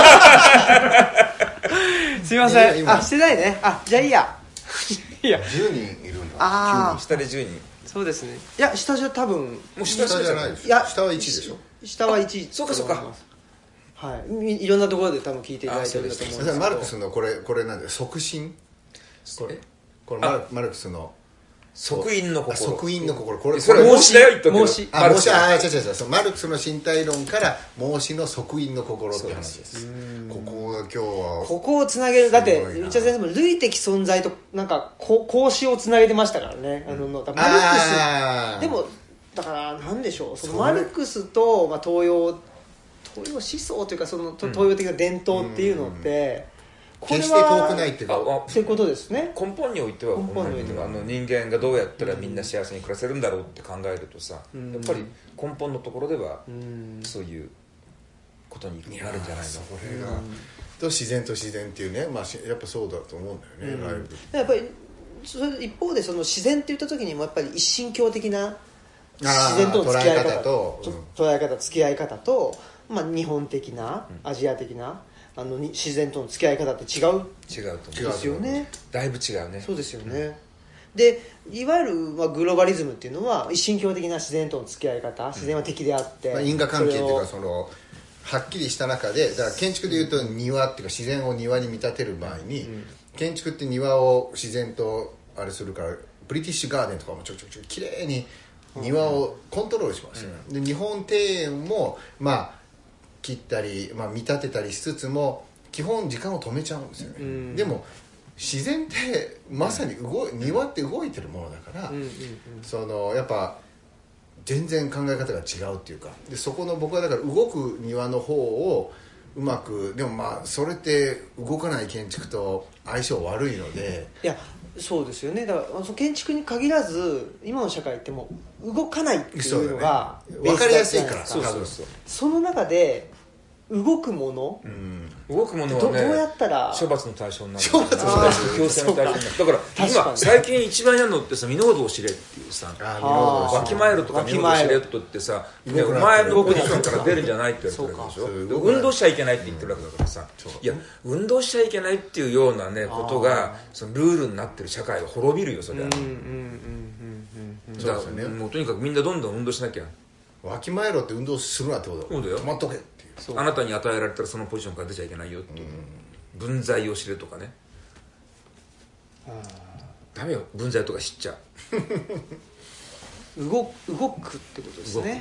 すいません、してないね。じゃあいいやいや 10人いるんだ。 下で10人。 そうですね。いや下じゃ多分もう下じゃないでしょ。下は1でしょ。 下は1。 そうかはい、いろんなところで多分聞いていただいてるんだと思うんですけど、 マルクスのこれなんで促進、これマルクスの即因の心。 即因の心。これそれ孟子だよ言っとくけど。 違う。マルクスの身体論から孟子の即因の心って話です。ここが今日はここをつなげる。だって内田先生も類的存在となんか孔子をつなげてましたからね。マルクスでもだからなんでしょう。そのマルクスと東洋思想というかその東洋的な伝統っていうのって。 決して遠くないっていうかっていうことですね。 根本においては人間がどうやったらみんな幸せに暮らせるんだろうって考えるとさ、やっぱり根本のところではそういうことになるんじゃないの。 これがと自然と自然っていうね、やっぱそうだと思うんだよね。 やっぱりそれ一方でその自然って言った時にもやっぱり一神教的な自然との付き合い方と捉え方付き合い方と、日本的なアジア的な自然との付き合い方って違うと思うんですよね。 だいぶ違うね。 そうですよね。でいわゆるグローバリズムっていうのは一神教的な自然との付き合い方、自然は敵であって、 因果関係っていうかはっきりした中で、だから建築でいうと庭っていうか自然を庭に見立てる場合に、建築って庭を自然とあれするから、ブリティッシュガーデンとかもちょきれいに庭をコントロールしますよね。で日本庭園も切ったり、見立てたりしつつも基本時間を止めちゃうんですよね。でも自然ってまさに庭って動いてるものだから、やっぱ全然考え方が違うっていうか、でそこの僕はだから動く庭の方をうまく、でもそれって動かない建築と相性悪いので、 いやそうですよね。だから建築に限らず今の社会ってもう動かないっていうのが分かりやすいから、 その中で動くもの、 動くものはね、 どうやったら処罰の対象になる。強制の対象になる。だから今最近一番やるのってさ、身の程を知れっていうさ、わきまえろとか身の程を知れとってさ、お前のポジションから出るんじゃないって言われてるわけでしょ。運動しちゃいけないって言ってるわけだからさ、いや運動しちゃいけないっていうようなねことがそのルールになってる社会は滅びるよそれは。もうとにかくみんなどんどん運動しなきゃ。 わきまえろって運動するなってことだ。 そうだよ。 止まっとけ。 あなたに与えられたらそのポジションから出ちゃいけないよっていう、分際を知るとかね。ダメよ分際とか知っちゃ動くってことですね。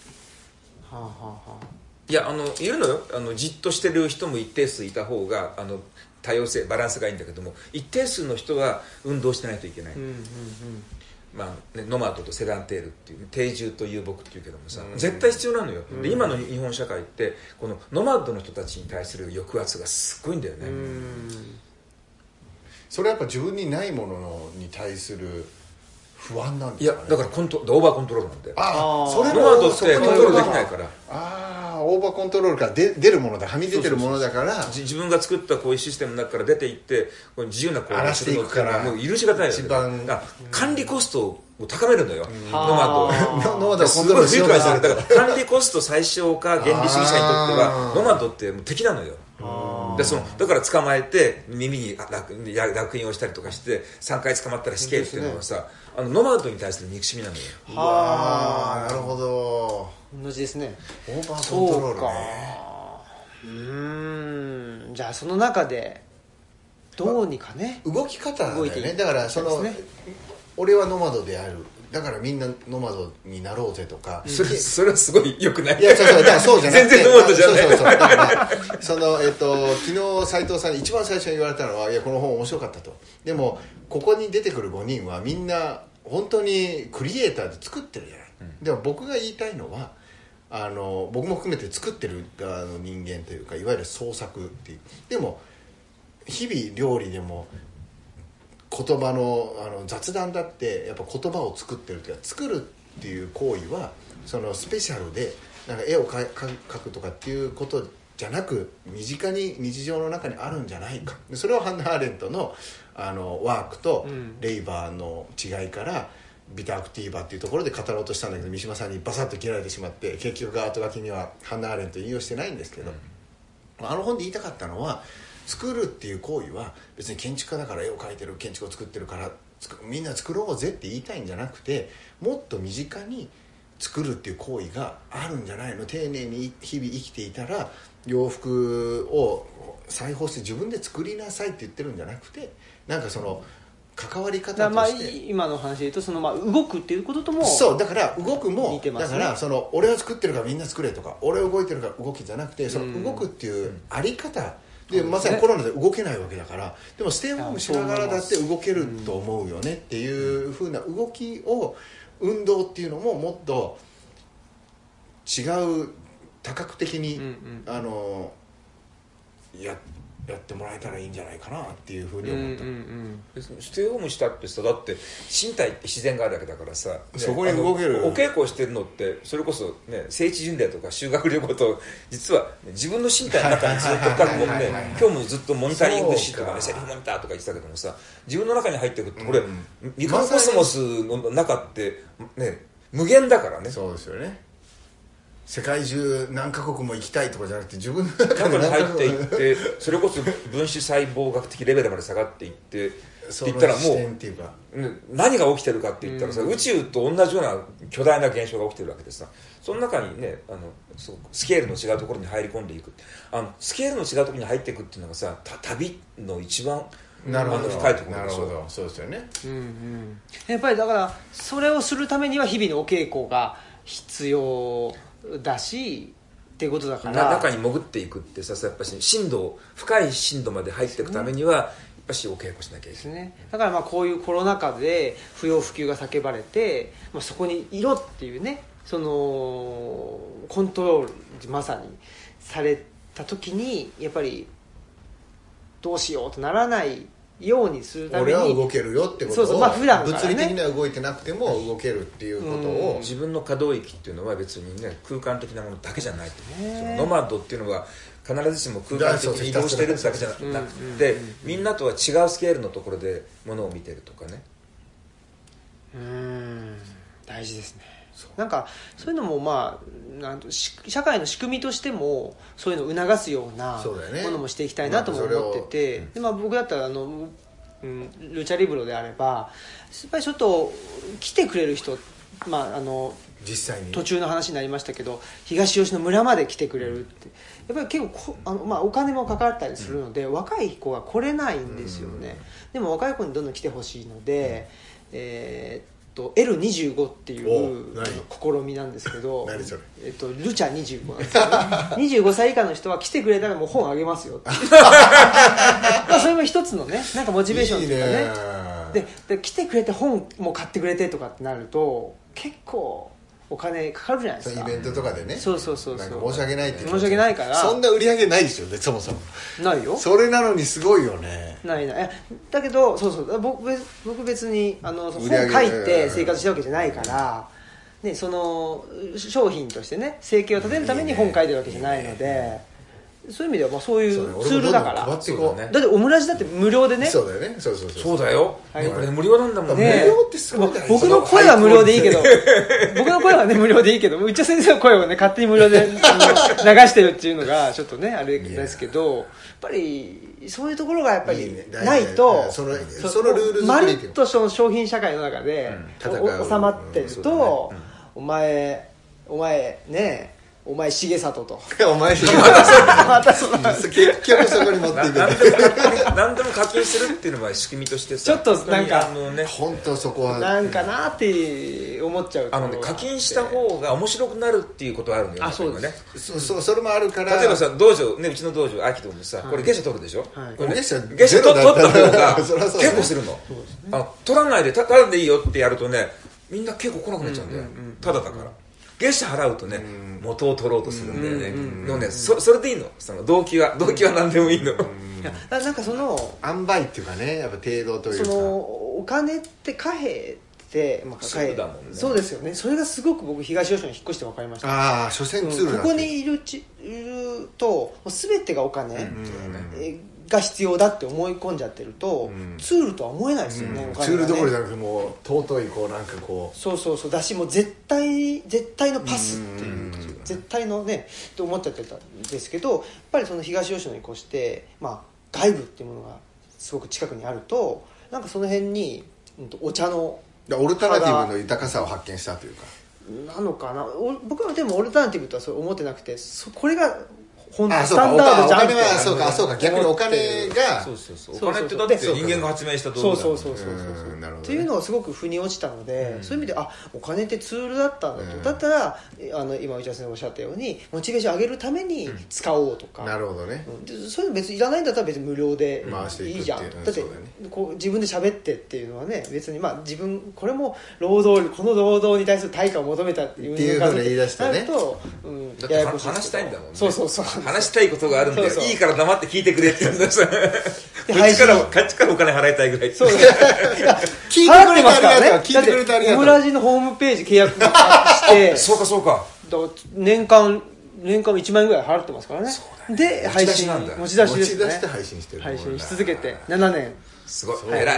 いやいるのよ、じっとしてる人も一定数いた方が多様性バランスがいいんだけども、一定数の人は運動してないといけない。ノマドとセダンテールっていう定住と遊牧っていうけどもさ、絶対必要なのよ。で今の日本社会ってこのノマドの人たちに対する抑圧がすごいんだよね。 それはやっぱ自分にないものに対する不安なんですかね。 いやだからオーバーコントロールなんだよ。 それもノマドってコントロールできないから。 オーバーコントロールから出るものだ、はみ出てるものだから、 自分が作ったこういうシステムの中から出ていってこう自由なこう荒らしていくからもう許しがたいよね。 一番管理コストを高めるのよ、ノマドノマドをコントロールしようとしてる。 だから管理コスト最小化原理主義者にとってはノマドってもう敵なのよ。だから捕まえて耳に烙印をしたりとかして3回捕まったら死刑っていうのはさ、ノマドに対する憎しみなのよ。 なるほど。 同じですね。 オーバーコントロールね。 じゃあその中でどうにかね、 動き方だよね。だから俺はノマドである、だからみんなノマドになろうぜとか、 それはすごい良くない。 いやそうじゃなくて全然ノマドじゃない。 そうだから昨日斉藤さんに一番最初に言われたのは、いやこの本面白かったと。でもここに出てくる5人はみんな本当にクリエイターで作ってるじゃない。でも僕が言いたいのは僕も含めて作ってる側の人間というか、いわゆる創作っていう。でも日々料理でも言葉の雑談だってやっぱ言葉を作ってるというか、作るっていう行為はそのスペシャルでなんか絵を描くとかっていうことじゃなく、身近に日常の中にあるんじゃないか。それをハンナ・アーレントのワークとレイバーの違いからビタークティーバっていうところで語ろうとしたんだけど、三島さんにバサッと切られてしまって、結局後書きにはハンナ・アーレント引用してないんですけど、本で言いたかったのは、作るっていう行為は別に建築家だから絵を描いてる、建築を作ってるからみんな作ろうぜって言いたいんじゃなくて、もっと身近に作るっていう行為があるんじゃないの。丁寧に日々生きていたら洋服を裁縫して自分で作りなさいって言ってるんじゃなくて、なんかその関わり方として、 今の話で言うと動くっていうことともそうだから動くも似てますね。 だから俺は作ってるからみんな作れとか、俺は動いてるから動きじゃなくて、その動くっていうあり方で、まさにコロナで動けないわけだから、でもステイホームしながらだって動けると思うよねっていう風な動きを、運動っていうのももっと違う多角的にやってもらえたらいいんじゃないかなっていうふうに思った。 ステイホームしたってさ、だって身体って自然があるわけだからさ、ね、 そこに動けるお稽古してるのってそれこそね、聖地巡礼とか修学旅行と実は、ね、自分の身体の中にずっと深く込んで、今日もずっとモニタリングシーとかね、セリフモニターとか言ってたけどもさ、自分の中に入っていくってこれ、ミクロコスモスの中ってね、無限だからね。 そうですよね。世界中何カ国も行きたいとかじゃなくて、自分の中に入っていって、それこそ分子細胞学的レベルまで下がっていってって言ったらもう何が起きてるかって言ったらさ、宇宙と同じような巨大な現象が起きてるわけでさ、その中にねスケールの違うところに入り込んでいく、スケールの違うところに入っていくっていうのがさ、旅の一番深いところでしょ。 そうですよね。 やっぱりだからそれをするためには日々のお稽古が必要だしっていうことだから、 中に潜っていくってさ、やっぱり深い深度まで入っていくためにはやっぱしお稽古しなきゃいけない、ね、 だからこういうコロナ禍で不要不急が叫ばれて、そこに色っていうね、そのコントロールまさにされた時にやっぱりどうしようとならないようにするために、 俺は動けるよってことを、 普段からね、 物理的には動いてなくても動けるっていうことを、 自分の可動域っていうのは別にね、空間的なものだけじゃないと思う。そのノマドっていうのは必ずしも空間的に移動してるだけじゃなくて、みんなとは違うスケールのところでものを見てるとかね。 大事ですね。なんかそういうのも社会の仕組みとしてもそういうのを促すようなものもしていきたいなとも思ってて、で僕だったらルチャリブロであればやっぱりちょっと来てくれる人、 実際に途中の話になりましたけど、東吉野村まで来てくれるってやっぱり結構お金もかかったりするので、若い子が来れないんですよね。でも若い子にどんどん来てほしいので、L25 っていう試みなんですけど、 何それ、 ルチャ25なんですよね25歳以下の人は来てくれたらもう本あげますよってそれも一つのね、なんかモチベーションというかね。で来てくれて本も買ってくれてとかってなると結構お金かかるじゃないですか。 イベントとかでね。 そうなんか申し訳ないって申し訳ないから。 そんな売り上げないですよね、そもそも。 ないよ。 それなのにすごいよね。 ない。だけど僕別に本書いて生活したわけじゃないから、ね、その商品としてね生計を立てるために本書いてるわけじゃないので。そういう意味ではまあそういうツールだから。だってオムラジだって無料でね。 そうだよね。 そうだよ。これ無料なんだもんね。無料ってすごい大事。 僕の声は無料でいいけど、僕の声はね無料でいいけど、内田先生の声をね勝手に無料で流してるっていうのがちょっとねあれですけど、やっぱりそういうところがやっぱりないと、 そのルールまるっとその商品社会の中で収まってると、お前ね。お前重里とお前重里またその結局そこに持っていく何でも課金するっていうのは仕組みとしてさ、 ちょっとなんか本当そこはなんかなって思っちゃう。 課金した方が面白くなるっていうことはあるのよ。 そうね。 それもあるから、 例えばさ道場ね、うちの道場アキトもさ、これ月謝取るでしょ。 月謝取った方が結構するの。取らないでただでいいよってやるとね、みんな結構来なくなっちゃうんだよ。ただだから月謝払うとね、元を取ろうとするんだよね。のね、それでいいの。その動機は何でもいいの。 なんかその塩梅っていうかね、やっぱ程度というか。 そのお金って貨幣ってそうだもんね。 そうですよね。それがすごく僕東吉野に引っ越して分かりました。 ああ、所詮ツールなんて。 ここにいると全てがお金が必要だって思い込んじゃってると、ツールとは思えないですよね。 ツールどころじゃなくてもう尊いこうなんかこうそうだし、もう絶対のパスっていう絶対のねと思っちゃってたんですけど、やっぱりその東吉野に越して、外部っていうものがすごく近くにあると、なんかその辺にお茶のオルタナティブの豊かさを発見したというかなのかな。僕はでもオルタナティブとはそう思ってなくて、これが本当スタンダードじゃんって。 そうか逆にお金がお金ってだって人間が発明した道具だ。そうっていうのをすごく腑に落ちたので、そういう意味でお金ってツールだったんだと。だったら今内田先生がおっしゃったようにモチベーション上げるために使おうとか。 なるほどね。 そういうの別にいらないんだったら別に無料でいいじゃん。だってこう自分で喋ってっていうのはね、別に自分これもこの労働に対する対価を求めたっていうふうに言い出してね。 だって話したいんだもんね。 そう話したいことがあるんだよ。いいから黙って聞いてくれって言うんださ。こっちからお金払いたいぐらい。 そう聞いてくれてありがとう。聞いてくれてありがとう。 オムラジのホームページ契約してそうか年間1万円ぐらい払ってますからね。で配信持ち出しですね。 持ち出して配信してる。 配信し続けて7年。 すごい偉い。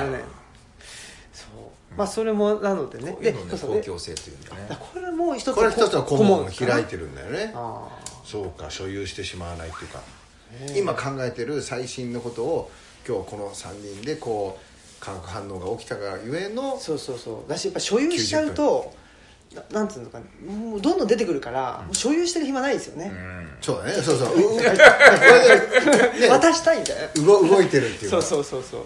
それもなのでね。 で公共性というんだね。 これも一つの顧問を開いてるんだよね。そうか、所有してしまわないっていうか、今考えてる最新のことを今日この3人でこう化学反応が起きたがゆえの。 そうだし、やっぱ所有しちゃうとなんていうのかもうどんどん出てくるから、もう所有してる暇ないですよね。 そうだね。 渡したいんだよ。 動いてるっていうか。 そう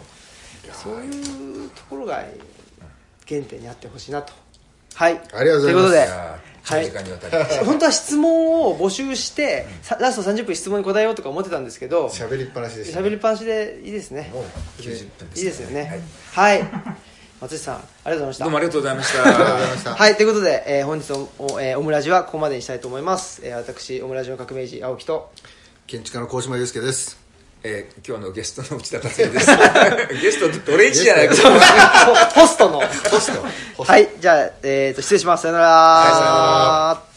いうところが原点にあってほしいなと。はい、 ありがとうございます。 ということで、 本当は質問を募集してラスト30分質問に答えようとか思ってたんですけど、 喋りっぱなしでした。 喋りっぱなしでいいですね。 もう90分です。 いいですよね。はい。松下さんありがとうございました。 どうもありがとうございました。 はい、ということで、本日のオムラジはここまでにしたいと思います。私オムラジの革命児青木と建築家の高島祐介です。 今日のゲストの内田達也です。ゲストって俺一じゃないか。 ホストのはい、じゃあ、失礼します。さよなら。